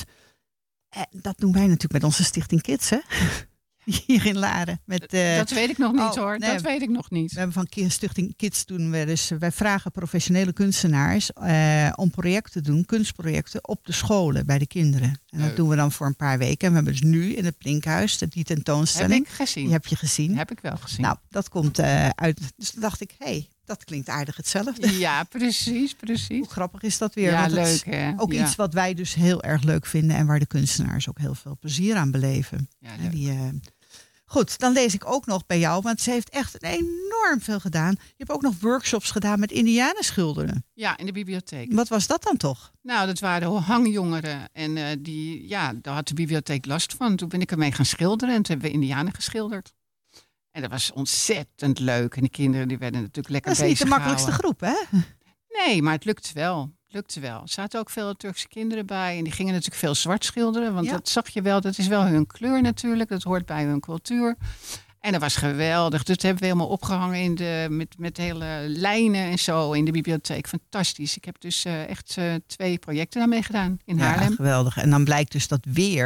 S2: Dat doen wij natuurlijk met onze Stichting Kids, hè? Hier in Laren.
S4: Dat weet ik nog niet hoor.
S2: Nee,
S4: dat weet ik nog niet.
S2: We hebben van Stichting Kids doen we dus. Wij vragen professionele kunstenaars om projecten te doen, kunstprojecten op de scholen bij de kinderen. En dat doen we dan voor een paar weken. En we hebben dus nu in het Blinkhuis die tentoonstelling.
S4: Heb ik gezien.
S2: Die heb je gezien?
S4: Heb ik wel gezien.
S2: Nou, dat komt uit. Dus toen dacht ik, dat klinkt aardig hetzelfde.
S4: Ja, precies.
S2: Hoe grappig is dat weer?
S4: Ja,
S2: want
S4: leuk
S2: is
S4: hè.
S2: ook iets wat wij dus heel erg leuk vinden en waar de kunstenaars ook heel veel plezier aan beleven.
S4: Ja,
S2: leuk. Goed, dan lees ik ook nog bij jou, want ze heeft echt enorm veel gedaan. Je hebt ook nog workshops gedaan met indianenschilderen.
S4: Ja, in de bibliotheek.
S2: Wat was dat dan toch?
S4: Nou, dat waren hangjongeren. En daar had de bibliotheek last van. Toen ben ik ermee gaan schilderen en toen hebben we indianen geschilderd. En dat was ontzettend leuk. En de kinderen die werden natuurlijk lekker bezig.
S2: Dat is niet de makkelijkste groep, hè?
S4: Nee, maar het lukte wel. Er zaten ook veel Turkse kinderen bij. En die gingen natuurlijk veel zwart schilderen. Want dat zag je wel. Dat is wel hun kleur natuurlijk. Dat hoort bij hun cultuur. En dat was geweldig. Dat hebben we helemaal opgehangen met hele lijnen en zo in de bibliotheek. Fantastisch. Ik heb dus echt 2 projecten daarmee gedaan in Haarlem.
S2: Ja, geweldig. En dan blijkt dus dat weer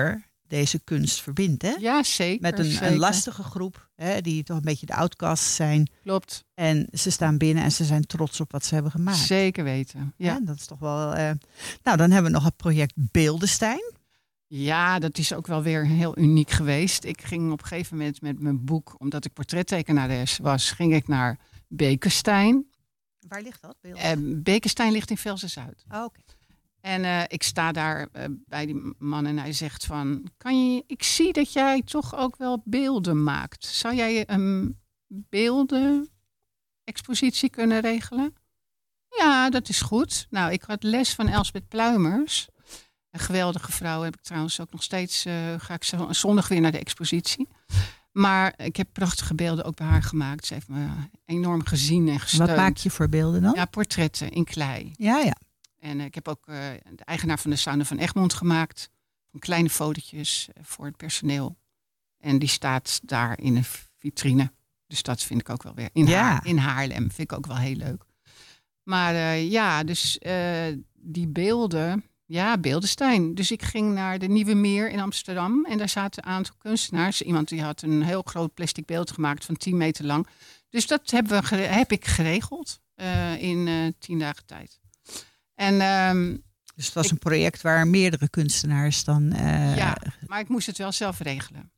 S2: deze kunst verbindt, hè?
S4: Ja, zeker.
S2: Met
S4: zeker.
S2: een lastige groep, hè, die toch een beetje de outcasts zijn.
S4: Klopt.
S2: En ze staan binnen en ze zijn trots op wat ze hebben gemaakt.
S4: Zeker weten. Ja.
S2: Ja, dat is toch wel... Nou, dan hebben we nog het project Beeldenstein.
S4: Ja, dat is ook wel weer heel uniek geweest. Ik ging op een gegeven moment met mijn boek, omdat ik portrettekenares was, ging ik naar Bekenstein.
S2: Waar ligt dat?
S4: Bekenstein ligt in Velsen-Zuid.
S2: Oh, oké.
S4: En ik sta daar bij die man en hij zegt van, ik zie dat jij toch ook wel beelden maakt. Zou jij een beeldenexpositie kunnen regelen? Ja, dat is goed. Nou, ik had les van Elsbeth Pluimers. Een geweldige vrouw, heb ik trouwens ook nog steeds. Ga ik zondag weer naar de expositie. Maar ik heb prachtige beelden ook bij haar gemaakt. Ze heeft me enorm gezien en gesteund.
S2: Wat maak je voor beelden dan?
S4: Ja, portretten in klei.
S2: Ja.
S4: En ik heb ook de eigenaar van de Sauna van Egmond gemaakt. Van kleine fotootjes voor het personeel. En die staat daar in een vitrine. Dus dat vind ik ook wel weer. In Haarlem vind ik ook wel heel leuk. Maar dus die beelden... Ja, Beeldenstein. Dus ik ging naar de Nieuwe Meer in Amsterdam. En daar zaten een aantal kunstenaars. Iemand die had een heel groot plastic beeld gemaakt van 10 meter lang. Dus dat heb ik geregeld in 10 dagen tijd. En,
S2: dus het was een project waar meerdere kunstenaars dan...
S4: Ja, maar ik moest het wel zelf regelen.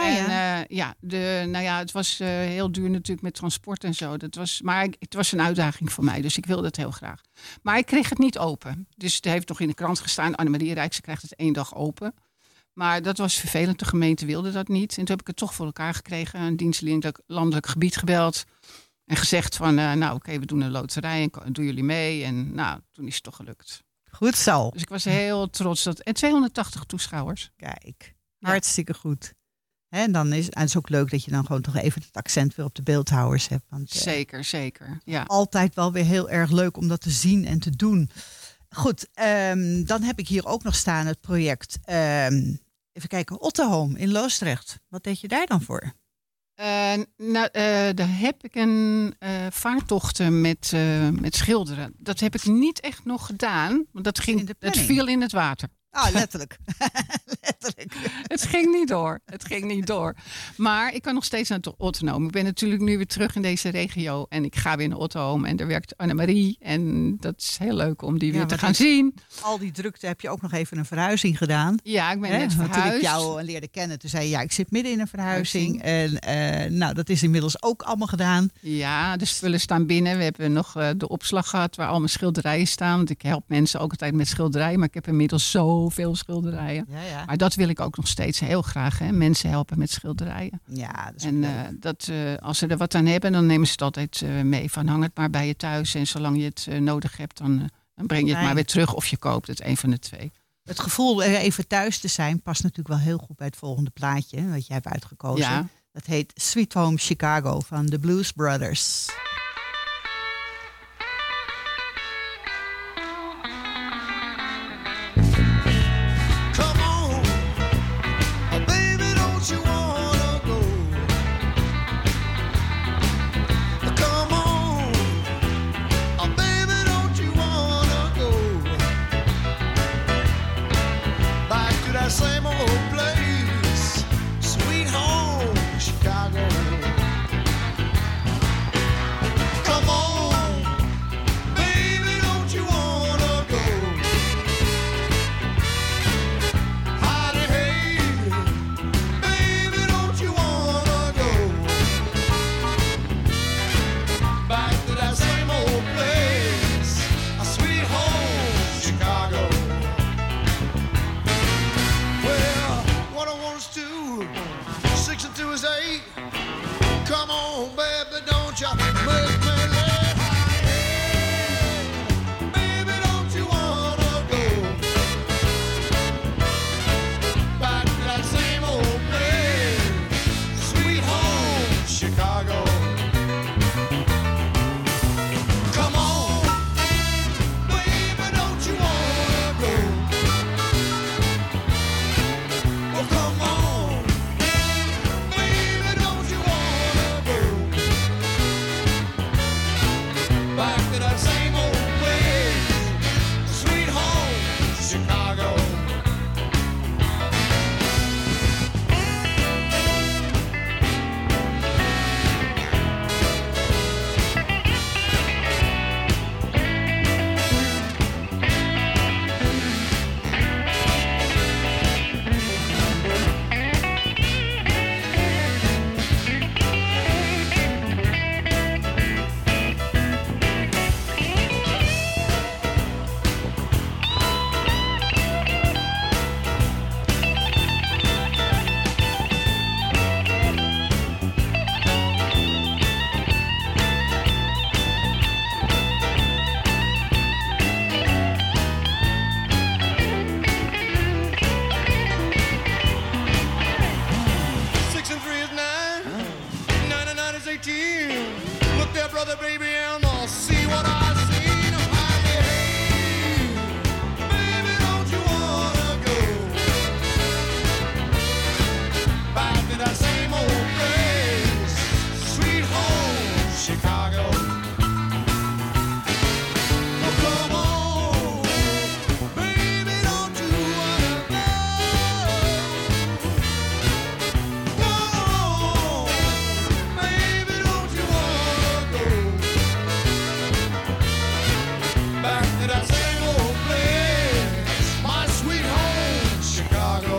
S4: Het was heel duur natuurlijk met transport en zo. Maar het was een uitdaging voor mij, dus ik wilde het heel graag. Maar ik kreeg het niet open. Dus het heeft nog in de krant gestaan. Annemarie Rijkse krijgt het 1 dag open. Maar dat was vervelend. De gemeente wilde dat niet. En toen heb ik het toch voor elkaar gekregen. Een dienstelijk landelijk gebied gebeld. En gezegd van, we doen een loterij en doen jullie mee. En toen is het toch gelukt.
S2: Goed zo.
S4: Dus ik was heel trots. En 280 toeschouwers.
S2: Kijk, hartstikke goed. En dan is het ook leuk dat je dan gewoon toch even het accent weer op de beeldhouwers hebt. Want,
S4: zeker. Ja.
S2: Altijd wel weer heel erg leuk om dat te zien en te doen. Goed, dan heb ik hier ook nog staan het project. Even kijken, Otterhome in Loosdrecht. Wat deed je daar dan voor?
S4: Daar heb ik een vaartochten met schilderen. Dat heb ik niet echt nog gedaan. Want het viel in het water.
S2: Ah, letterlijk. Letterlijk.
S4: Het ging niet door. Maar ik kan nog steeds naar Otterhome. Ik ben natuurlijk nu weer terug in deze regio. En ik ga weer naar Otterhome. En daar werkt Annemarie. En dat is heel leuk om die weer te gaan zien.
S2: Al die drukte heb je ook nog even een verhuizing gedaan.
S4: Ja, ik ben net verhuisd.
S2: Toen ik jou leerde kennen, toen zei je, ik zit midden in een verhuizing. En dat is inmiddels ook allemaal gedaan.
S4: Ja, de spullen staan binnen. We hebben nog de opslag gehad waar al mijn schilderijen staan. Want ik help mensen ook altijd met schilderijen. Maar ik heb inmiddels zoveel schilderijen. Ja. Maar dat wil ik ook nog steeds heel graag. Hè? Mensen helpen met schilderijen.
S2: Ja, dat is
S4: en als ze er wat aan hebben, dan nemen ze het altijd mee. Van hang het maar bij je thuis. En zolang je het nodig hebt, dan breng je het maar weer terug. Of je koopt het, een van de twee.
S2: Het gevoel even thuis te zijn past natuurlijk wel heel goed bij het volgende plaatje. Wat jij hebt uitgekozen.
S4: Ja.
S2: Dat heet Sweet Home Chicago van de Blues Brothers.
S6: Same old place, sweet home, Chicago. Come on, baby, don't you wanna go? Howdy, hey, baby, don't you wanna go? Back to that same old place, a sweet home, Chicago. Is 8. Come on, baby, don't you make me laugh. Baby, don't you wanna go back to that same old place, sweet home, Chicago. Come on, baby, don't you wanna go? Oh, come on. Baby, don't you wanna go? brother, baby, and I'll see what I see. Baby, don't you wanna go back to that same old place, sweet home, Chicago? Oh, come on, baby, don't you wanna go? Come on, baby, don't you wanna go back to that same old place, my sweet home, Chicago?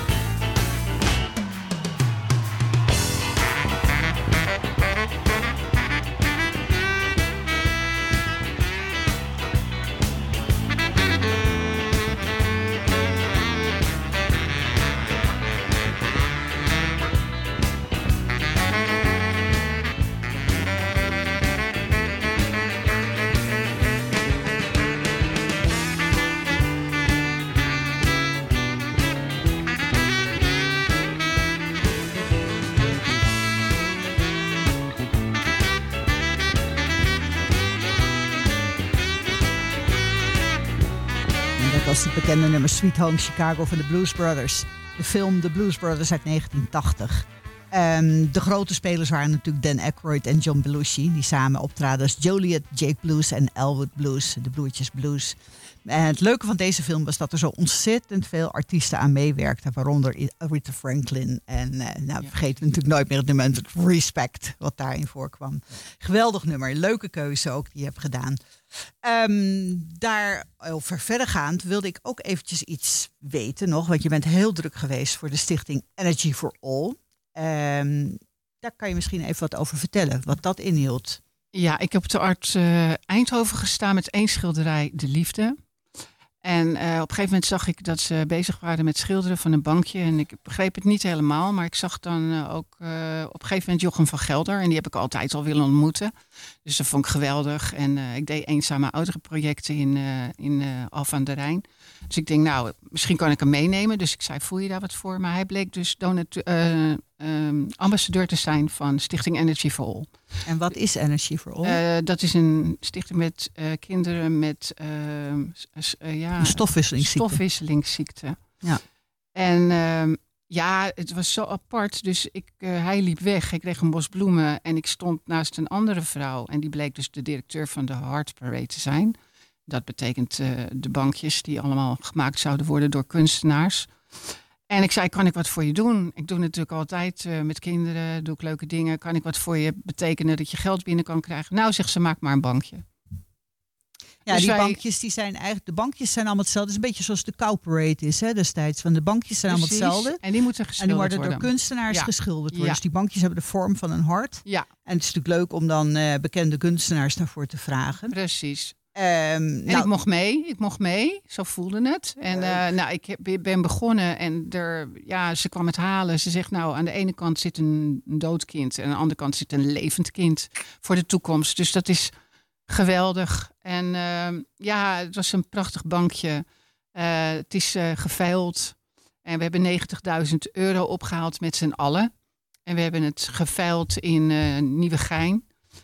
S2: En dat was het bekende nummer Sweet Home Chicago van de Blues Brothers. De film The Blues Brothers uit 1980. De grote spelers waren natuurlijk Dan Aykroyd en John Belushi, die samen optraden als Joliet, Jake Blues en Elwood Blues, de Broertjes Blues. En het leuke van deze film was dat er zo ontzettend veel artiesten aan meewerkten, waaronder Aretha Franklin. En vergeten we natuurlijk nooit meer het nummer Respect, wat daarin voorkwam. Geweldig nummer, leuke keuze ook die je hebt gedaan. Daarover verdergaand wilde ik ook eventjes iets weten nog, want je bent heel druk geweest voor de stichting Energy for All. Daar kan je misschien even wat over vertellen, wat dat inhield.
S4: Ja, ik heb op de Art Eindhoven gestaan met 1 schilderij, De Liefde. En op een gegeven moment zag ik dat ze bezig waren met schilderen van een bankje. En ik begreep het niet helemaal, maar ik zag dan ook op een gegeven moment Jochem van Gelder. En die heb ik altijd al willen ontmoeten. Dus dat vond ik geweldig. En ik deed eenzame oudere projecten in Alphen aan de Rijn. Dus ik denk, nou, misschien kan ik hem meenemen. Dus ik zei, voel je daar wat voor? Maar hij bleek dus ambassadeur te zijn van Stichting Energy for All.
S2: En wat is Energy for All?
S4: Dat is een stichting met kinderen met
S2: Een stofwisselingsziekte.
S4: Ja. En het was zo apart. Dus hij liep weg. Ik kreeg een bos bloemen en ik stond naast een andere vrouw. En die bleek dus de directeur van de Heart Parade te zijn. Dat betekent de bankjes die allemaal gemaakt zouden worden door kunstenaars. En ik zei, kan ik wat voor je doen? Ik doe natuurlijk altijd met kinderen, doe ik leuke dingen. Kan ik wat voor je betekenen dat je geld binnen kan krijgen? Nou, zegt ze, maak maar een bankje.
S2: Ja,
S4: Dus
S2: die
S4: wij-
S2: bankjes die zijn eigenlijk, de bankjes zijn allemaal hetzelfde. Het is een beetje zoals de Cow Parade is destijds. Van de bankjes zijn allemaal
S4: Precies.
S2: hetzelfde.
S4: En die moeten
S2: En die
S4: geschilderd
S2: worden
S4: worden.
S2: door kunstenaars
S4: Ja.
S2: geschilderd worden.
S4: Ja.
S2: Dus die bankjes hebben de vorm van een hart.
S4: Ja,
S2: En het is natuurlijk leuk om dan bekende kunstenaars daarvoor te vragen.
S4: precies.
S2: En
S4: En ik mocht mee, zo voelde het. En ik ben begonnen en ze kwam het halen. Ze zegt, nou, aan de ene kant zit een dood kind en aan de andere kant zit een levend kind voor de toekomst. Dus dat is geweldig. En het was een prachtig bankje. Het is geveild en we hebben €90.000 opgehaald met z'n allen. En we hebben het geveild in Nieuwegein.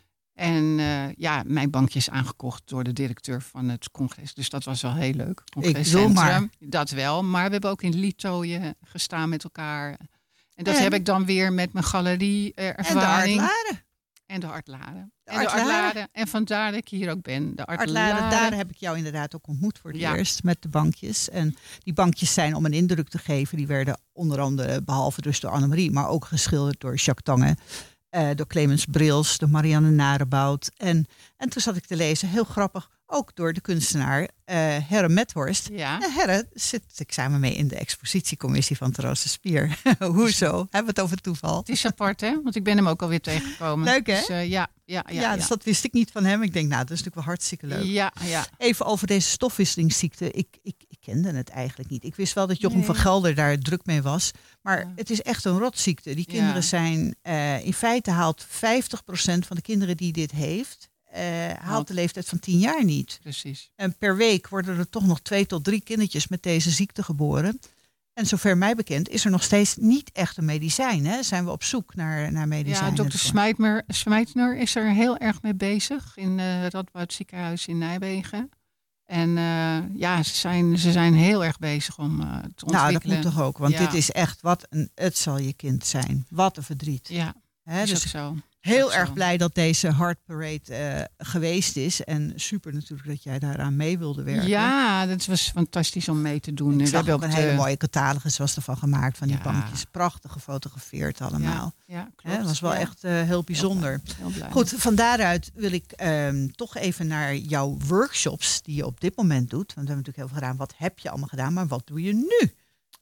S4: En mijn bankje is aangekocht door de directeur van het congres. Dus dat was wel heel leuk. Congrescentrum,
S2: maar.
S4: dat wel. Maar we hebben ook in Littooien gestaan met elkaar. En dat
S2: En?
S4: heb ik dan weer met mijn galerie
S2: en de
S4: ervaring.
S2: Artlaren.
S4: En de Artlaren.
S2: De Artlaren.
S4: En vandaar dat ik hier ook ben. De
S2: Artlaren, daar heb ik jou inderdaad ook ontmoet voor het
S4: Ja.
S2: eerst met de bankjes. En die bankjes zijn, om een indruk te geven, die werden onder andere, behalve dus door Annemarie, maar ook geschilderd door Jacques Tange. Door Clemens Brils, door Marianne Narebout. En toen zat ik te lezen, heel grappig, ook door de kunstenaar Herre Methorst.
S4: Ja.
S2: En Herre zit ik samen mee in de expositiecommissie van Terrasse Spier. Hoezo? Hebben we het over toeval?
S4: Het is apart, hè? Want ik ben hem ook alweer tegengekomen.
S2: Leuk, hè?
S4: Dus, ja.
S2: Dus dat wist ik niet van hem. Ik denk, nou, dat is natuurlijk wel hartstikke leuk.
S4: Ja.
S2: Even over deze stofwisselingsziekte. Ik kende het eigenlijk niet. Ik wist wel dat Jochem
S4: Nee.
S2: van Gelder daar druk mee was. Maar
S4: Ja.
S2: het is echt een rotziekte. Die
S4: Ja.
S2: kinderen zijn... in feite haalt 50% van de kinderen die dit heeft... haalt de leeftijd van 10 jaar niet.
S4: Precies.
S2: En per week worden er toch nog 2 tot 3 kindertjes met deze ziekte geboren. En zover mij bekend is er nog steeds niet echt een medicijn. Hè? Zijn we op zoek naar medicijnen?
S4: Ja, dokter Smeitner is er heel erg mee bezig in het Radboud Ziekenhuis in Nijmegen. En ze zijn heel erg bezig om te ontwikkelen.
S2: Nou, dat moet toch ook, want dit is echt het zal je kind zijn. Wat een verdriet.
S4: Ja,
S2: Hè,
S4: is
S2: dus
S4: ook zo.
S2: heel erg blij dat deze Heart Parade geweest is. En super natuurlijk dat jij daaraan mee wilde werken.
S4: Ja, dat was fantastisch om mee te doen.
S2: Ik
S4: We
S2: zag
S4: hebben
S2: ook een hele mooie catalogus was ervan gemaakt. Van die bandjes. Prachtig gefotografeerd allemaal.
S4: Ja, klopt.
S2: Hè, dat was wel echt heel bijzonder.
S4: Heel blij.
S2: Goed, van daaruit wil ik toch even naar jouw workshops die je op dit moment doet. Want we hebben natuurlijk heel veel gedaan. Wat heb je allemaal gedaan, maar wat doe je nu?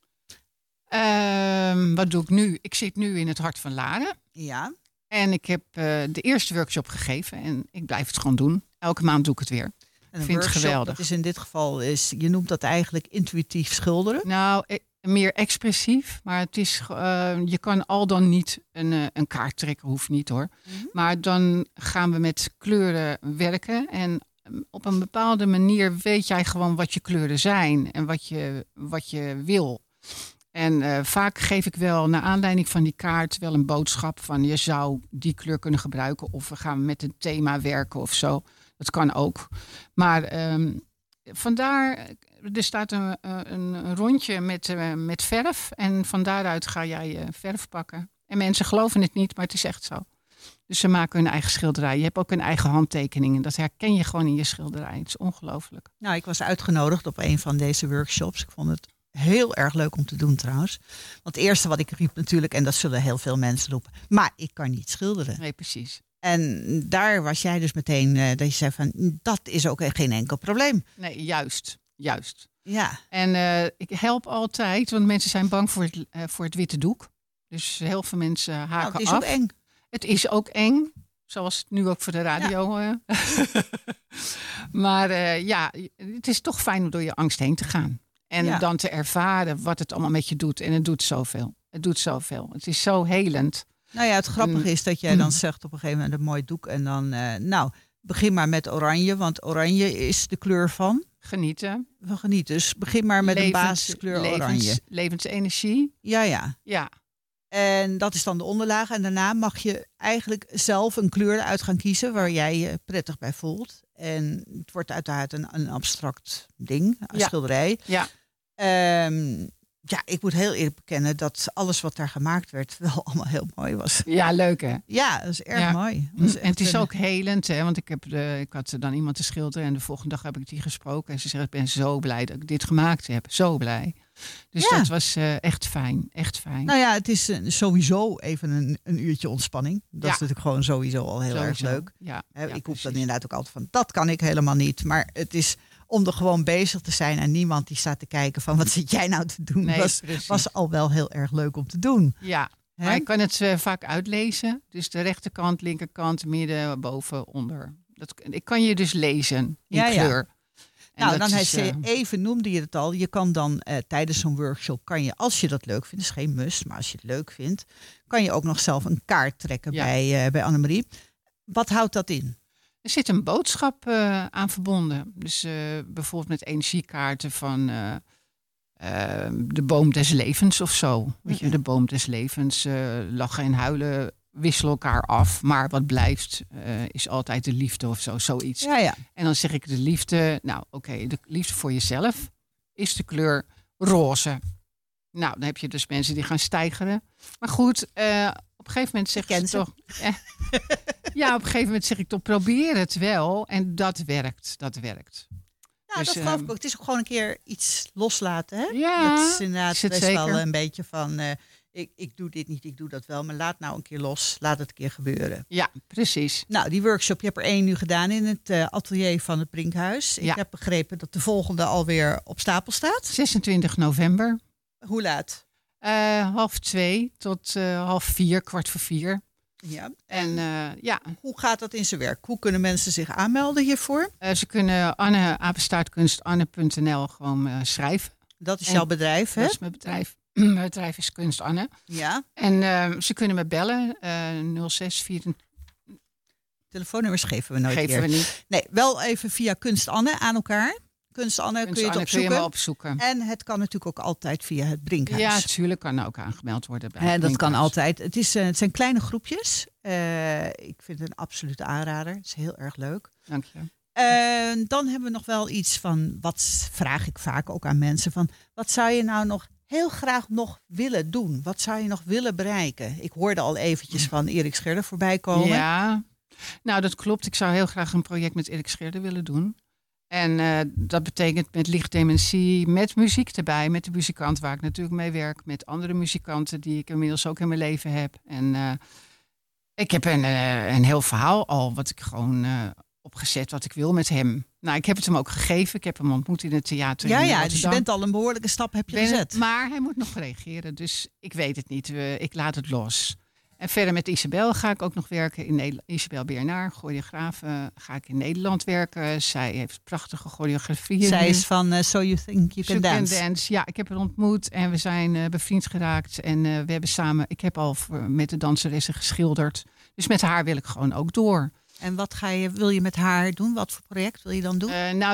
S4: Wat doe ik nu? Ik zit nu in het Hart van Laren.
S2: Ja.
S4: En ik heb de eerste workshop gegeven. En ik blijf het gewoon doen. Elke maand doe ik het weer.
S2: En een
S4: vind het
S2: workshop,
S4: geweldig.
S2: dat is in dit geval, je noemt dat eigenlijk intuïtief schilderen.
S4: Nou, meer expressief. Maar het is, je kan al dan niet een kaart trekken. Hoeft niet hoor. Maar dan gaan we met kleuren werken. En op een bepaalde manier weet jij gewoon wat je kleuren zijn. En wat je wil. En vaak geef ik wel, naar aanleiding van die kaart, wel een boodschap van je zou die kleur kunnen gebruiken. Of we gaan met een thema werken of zo. Dat kan ook. Maar vandaar, er staat een rondje met verf. En van daaruit ga jij verf pakken. En mensen geloven het niet, maar het is echt zo. Dus ze maken hun eigen schilderij. Je hebt ook een eigen handtekening. En dat herken je gewoon in je schilderij. Het is ongelooflijk.
S2: Nou, ik was uitgenodigd op een van deze workshops. Ik vond het heel erg leuk om te doen trouwens. Want het eerste wat ik riep natuurlijk, en dat zullen heel veel mensen roepen, maar ik kan niet schilderen.
S4: Nee, precies.
S2: En daar was jij dus meteen, dat je zei van, dat is ook geen enkel probleem.
S4: Nee, juist.
S2: Ja.
S4: En ik help altijd, want mensen zijn bang voor het witte doek. Dus heel veel mensen haken
S2: Het is
S4: af.
S2: ook eng.
S4: Het is ook eng, zoals het nu ook voor de radio. Maar het is toch fijn om door je angst heen te gaan. En dan te ervaren wat het allemaal met je doet. En het doet zoveel. Het is zo helend.
S2: Nou ja, het grappige is dat jij dan zegt op een gegeven moment een mooi doek. En dan, begin maar met oranje. Want oranje is de kleur van
S4: Genieten.
S2: Dus begin maar met een basiskleur oranje.
S4: Levensenergie.
S2: Ja. En dat is dan de onderlaag. En daarna mag je eigenlijk zelf een kleur uit gaan kiezen waar jij je prettig bij voelt. En het wordt uiteraard een abstract ding, een schilderij.
S4: Ja.
S2: Ik moet heel eerlijk bekennen dat alles wat daar gemaakt werd wel allemaal heel mooi was.
S4: Ja, leuk hè?
S2: Ja, dat is erg mooi.
S4: En het is ook helend, hè? Want ik had dan iemand te schilderen en de volgende dag heb ik die gesproken. En ze zegt, ik ben zo blij dat ik dit gemaakt heb. Zo blij. Dus dat was echt fijn. Nou
S2: ja, het is sowieso even een uurtje ontspanning. Dat is natuurlijk gewoon sowieso al heel erg leuk.
S4: Ja,
S2: ik hoef dan inderdaad ook altijd van, dat kan ik helemaal niet. Maar het is om er gewoon bezig te zijn en niemand die staat te kijken van, wat zit jij nou te doen?
S4: Nee,
S2: was al wel heel erg leuk om te doen.
S4: Ja, maar ik kan het vaak uitlezen. Dus de rechterkant, linkerkant, midden, boven, onder. Ik kan je dus lezen in kleur.
S2: Nou, dan even noemde je het al. Je kan dan tijdens zo'n workshop, als je dat leuk vindt, is geen must, maar als je het leuk vindt, kan je ook nog zelf een kaart trekken bij Annemarie. Wat houdt dat in?
S4: Er zit een boodschap aan verbonden. Dus bijvoorbeeld met energiekaarten van de boom des levens of zo. Weet je, de boom des levens, lachen en huilen wisselen elkaar af. Maar wat blijft is altijd de liefde of zo, zoiets.
S2: Ja. En
S4: dan zeg ik de liefde. Nou, de liefde voor jezelf is de kleur roze. Nou, dan heb je dus mensen die gaan steigeren. Maar goed, op een gegeven moment zeg je toch. Ja, op een gegeven moment zeg ik toch, probeer het wel. En dat werkt.
S2: Ja,
S4: dus,
S2: dat geloof ik ook. Het is ook gewoon een keer iets loslaten. Hè?
S4: Ja,
S2: dat is inderdaad best
S4: zeker
S2: wel een beetje van, ik doe dit niet, ik doe dat wel. Maar laat nou een keer los, laat het een keer gebeuren.
S4: Ja, precies.
S2: Nou, die workshop, je hebt er 1 nu gedaan in het atelier van het Brinkhuis. Ik heb begrepen dat de volgende alweer op stapel staat.
S4: 26 november.
S2: Hoe laat?
S4: 2:30 tot 3:30, 3:45.
S2: Ja.
S4: En
S2: hoe gaat dat in zijn werk? Hoe kunnen mensen zich aanmelden hiervoor?
S4: Ze kunnen apenstaartkunstanne.nl gewoon schrijven.
S2: Dat is jouw bedrijf, hè?
S4: Dat is mijn bedrijf. Mijn bedrijf is Kunst Anne.
S2: Ja.
S4: En ze kunnen me bellen. 0624.
S2: Telefoonnummers geven we nooit
S4: Geven
S2: meer.
S4: we niet.
S2: Nee, wel even via Kunst Anne aan elkaar. Kunst Anne kun je het
S4: Anne kun je
S2: opzoeken.
S4: me opzoeken.
S2: En het kan natuurlijk ook altijd via het Brinkhuis.
S4: Ja, natuurlijk kan ook aangemeld worden. Bij
S2: En
S4: het
S2: dat kan
S4: Brinkhuis.
S2: altijd. Het zijn kleine groepjes. Ik vind het een absolute aanrader. Het is heel erg leuk.
S4: Dank je.
S2: Dan hebben we nog wel iets van, wat vraag ik vaak ook aan mensen, van wat zou je nou nog heel graag nog willen doen? Wat zou je nog willen bereiken? Ik hoorde al eventjes van Erik Scherder voorbij komen.
S4: Ja, nou dat klopt. Ik zou heel graag een project met Erik Scherder willen doen. En dat betekent met lichtdementie, met muziek erbij, met de muzikant waar ik natuurlijk mee werk, met andere muzikanten die ik inmiddels ook in mijn leven heb. En ik heb een heel verhaal al wat ik gewoon opgezet wat ik wil met hem. Nou, ik heb het hem ook gegeven. Ik heb hem ontmoet in het theater.
S2: Ja,
S4: in
S2: ja, dus je
S4: Rotterdam.
S2: bent al een behoorlijke stap heb je gezet.
S4: Maar hij moet nog reageren, dus ik weet het niet. Ik laat het los. En verder met Isabel ga ik ook nog werken in Nederland. Isabel Biernaar, choreograaf, ga ik in Nederland werken. Zij heeft prachtige choreografieën.
S2: Zij
S4: nu.
S2: is van So You Think You Can Dance.
S4: Ja, ik heb haar ontmoet en we zijn bevriend geraakt. En we hebben samen, ik heb al met de danseressen geschilderd. Dus met haar wil ik gewoon ook door.
S2: En wat wil je met haar doen? Wat voor project wil je dan doen?
S4: Nou,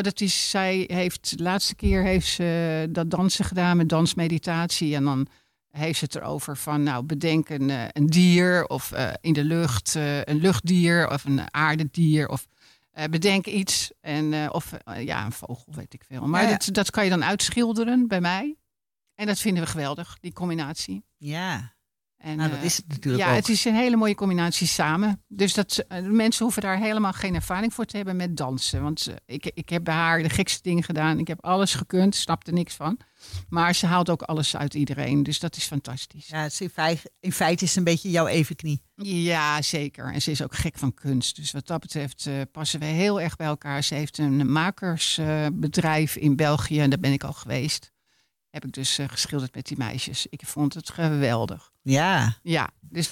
S4: de laatste keer heeft ze dat dansen gedaan met dansmeditatie. En dan heeft ze het erover van, nou, bedenk een dier of in de lucht een luchtdier of een aardedier. Of bedenk iets. En, of een vogel, weet ik veel. Maar
S2: Ja.
S4: dat kan je dan uitschilderen bij mij. En dat vinden we geweldig, die combinatie.
S2: Ja,
S4: En,
S2: nou dat is het natuurlijk ook.
S4: Ja, het is een hele mooie combinatie samen. Dus mensen hoeven daar helemaal geen ervaring voor te hebben met dansen. Want ik heb bij haar de gekste dingen gedaan. Ik heb alles gekund, snapte niks van. Maar ze haalt ook alles uit iedereen. Dus dat is fantastisch.
S2: Ja, het is in feite is het een beetje jouw evenknie.
S4: Ja, zeker. En ze is ook gek van kunst. Dus wat dat betreft passen we heel erg bij elkaar. Ze heeft een makersbedrijf in België. En daar ben ik al geweest. Heb ik dus geschilderd met die meisjes. Ik vond het geweldig.
S2: Ja.
S4: Ja, dus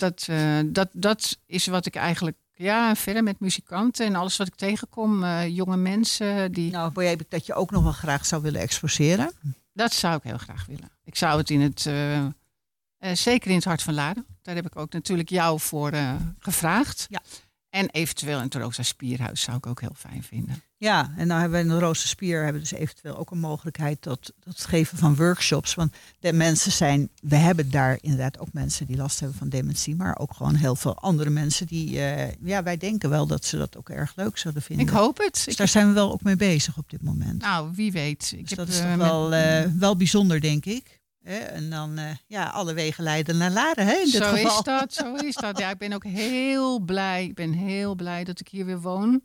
S4: dat is wat ik eigenlijk... Ja, verder met muzikanten en alles wat ik tegenkom. Jonge mensen die...
S2: Nou, begreep ik dat je ook nog wel graag zou willen exposeren.
S4: Dat zou ik heel graag willen. Ik zou het zeker in het Hart van Laren. Daar heb ik ook natuurlijk jou voor gevraagd.
S2: Ja.
S4: En eventueel in het Rosa Spierhuis zou ik ook heel fijn vinden.
S2: Ja, en nou hebben we in de Roze Spier dus eventueel ook een mogelijkheid tot het geven van workshops. Want we hebben daar inderdaad ook mensen die last hebben van dementie, maar ook gewoon heel veel andere mensen die, wij denken wel dat ze dat ook erg leuk zouden vinden.
S4: Ik hoop het.
S2: Dus daar zijn we wel ook mee bezig op dit moment.
S4: Nou, wie weet.
S2: Dus dat is toch wel bijzonder, denk ik. En dan alle wegen leiden naar Laren, hè, in dit
S4: Zo
S2: geval.
S4: zo is dat. Ja, ik ben ook heel blij. Ik ben heel blij dat ik hier weer woon.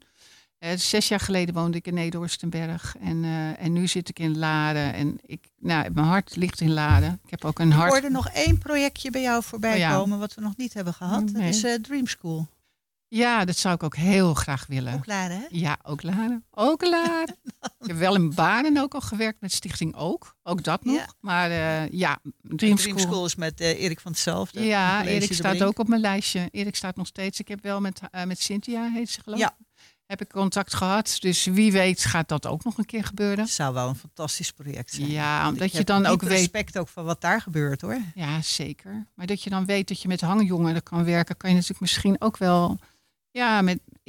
S4: 6 jaar geleden woonde ik in Nederhorstenberg. En nu zit ik in Laren. En mijn hart ligt in Laren. Ik heb ook een
S2: Ik
S4: hart...
S2: hoorde nog 1 projectje bij jou voorbij komen wat we nog niet hebben gehad.
S4: Nee.
S2: Dat is Dream School.
S4: Ja, dat zou ik ook heel graag willen.
S2: Ook Laren, hè?
S4: Ja, ook Laren. Ook Laren. Ik heb wel in Baarn ook al gewerkt met Stichting Ook. Ook dat nog.
S2: Ja.
S4: Maar Dream
S2: Dream
S4: School.
S2: School is met Erik van Hetzelfde.
S4: Ja,
S2: College
S4: Erik
S2: de
S4: staat
S2: Brink.
S4: ook op mijn lijstje. Erik staat nog steeds. Ik heb wel met Cynthia, heet ze geloof ik.
S2: Ja.
S4: Heb ik contact gehad. Dus wie weet gaat dat ook nog een keer gebeuren.
S2: Het zou wel een fantastisch project zijn.
S4: Ja,
S2: Want
S4: omdat
S2: ik
S4: je
S2: heb
S4: dan
S2: diep
S4: ook weet...
S2: respect ook van wat daar gebeurt, hoor.
S4: Ja, zeker. Maar dat je dan weet dat je met hangjongeren kan werken, kan je natuurlijk misschien ook wel... Ja,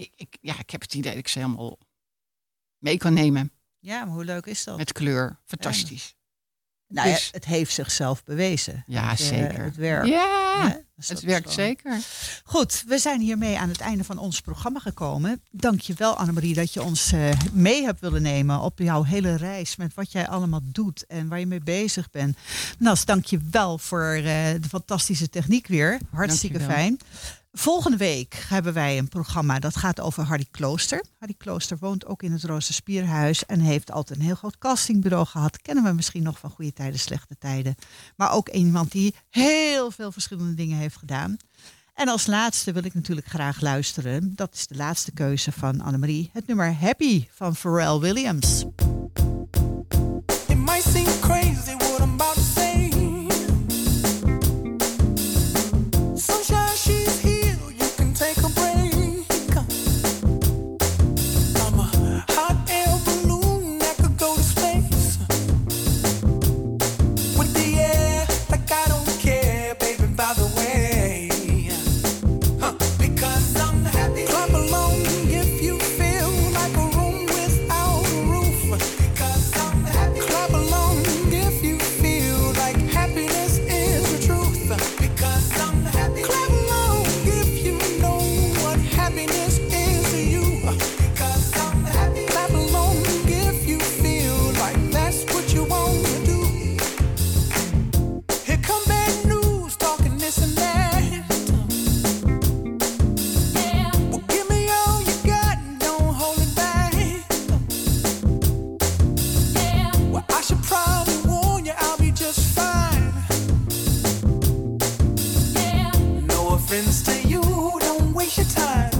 S4: ik heb het idee dat ik ze helemaal mee kan nemen.
S2: Ja, maar hoe leuk is dat?
S4: Met kleur. Fantastisch.
S2: Nou
S4: Dus-
S2: ja, het heeft zichzelf bewezen.
S4: Ja,
S2: Het,
S4: zeker.
S2: Het werkt.
S4: Ja,
S2: Hè? Dus dat
S4: het
S2: is
S4: werkt
S2: gewoon-
S4: zeker.
S2: Goed, we zijn hiermee aan het einde van ons programma gekomen. Dank je wel, Annemarie, dat je ons mee hebt willen nemen op jouw hele reis met wat jij allemaal doet en waar je mee bezig bent. Nas, dank je wel voor de fantastische techniek weer. Hartstikke
S4: Dankjewel.
S2: fijn. Volgende week hebben wij een programma dat gaat over Harry Klooster. Harry Klooster woont ook in het Roze Spierhuis en heeft altijd een heel groot castingbureau gehad. Kennen we misschien nog van Goede Tijden, Slechte Tijden. Maar ook iemand die heel veel verschillende dingen heeft gedaan. En als laatste wil ik natuurlijk graag luisteren. Dat is de laatste keuze van Annemarie. Het nummer Happy van Pharrell Williams.
S5: It might seem crazy what I'm about to say. Sunshine, she's here. You can take a break. I'm a hot air balloon that could go to space. With the air, like I don't care, baby, by the way. Because I'm happy. Clap along if you feel like a room without a roof. Because
S7: waste your time.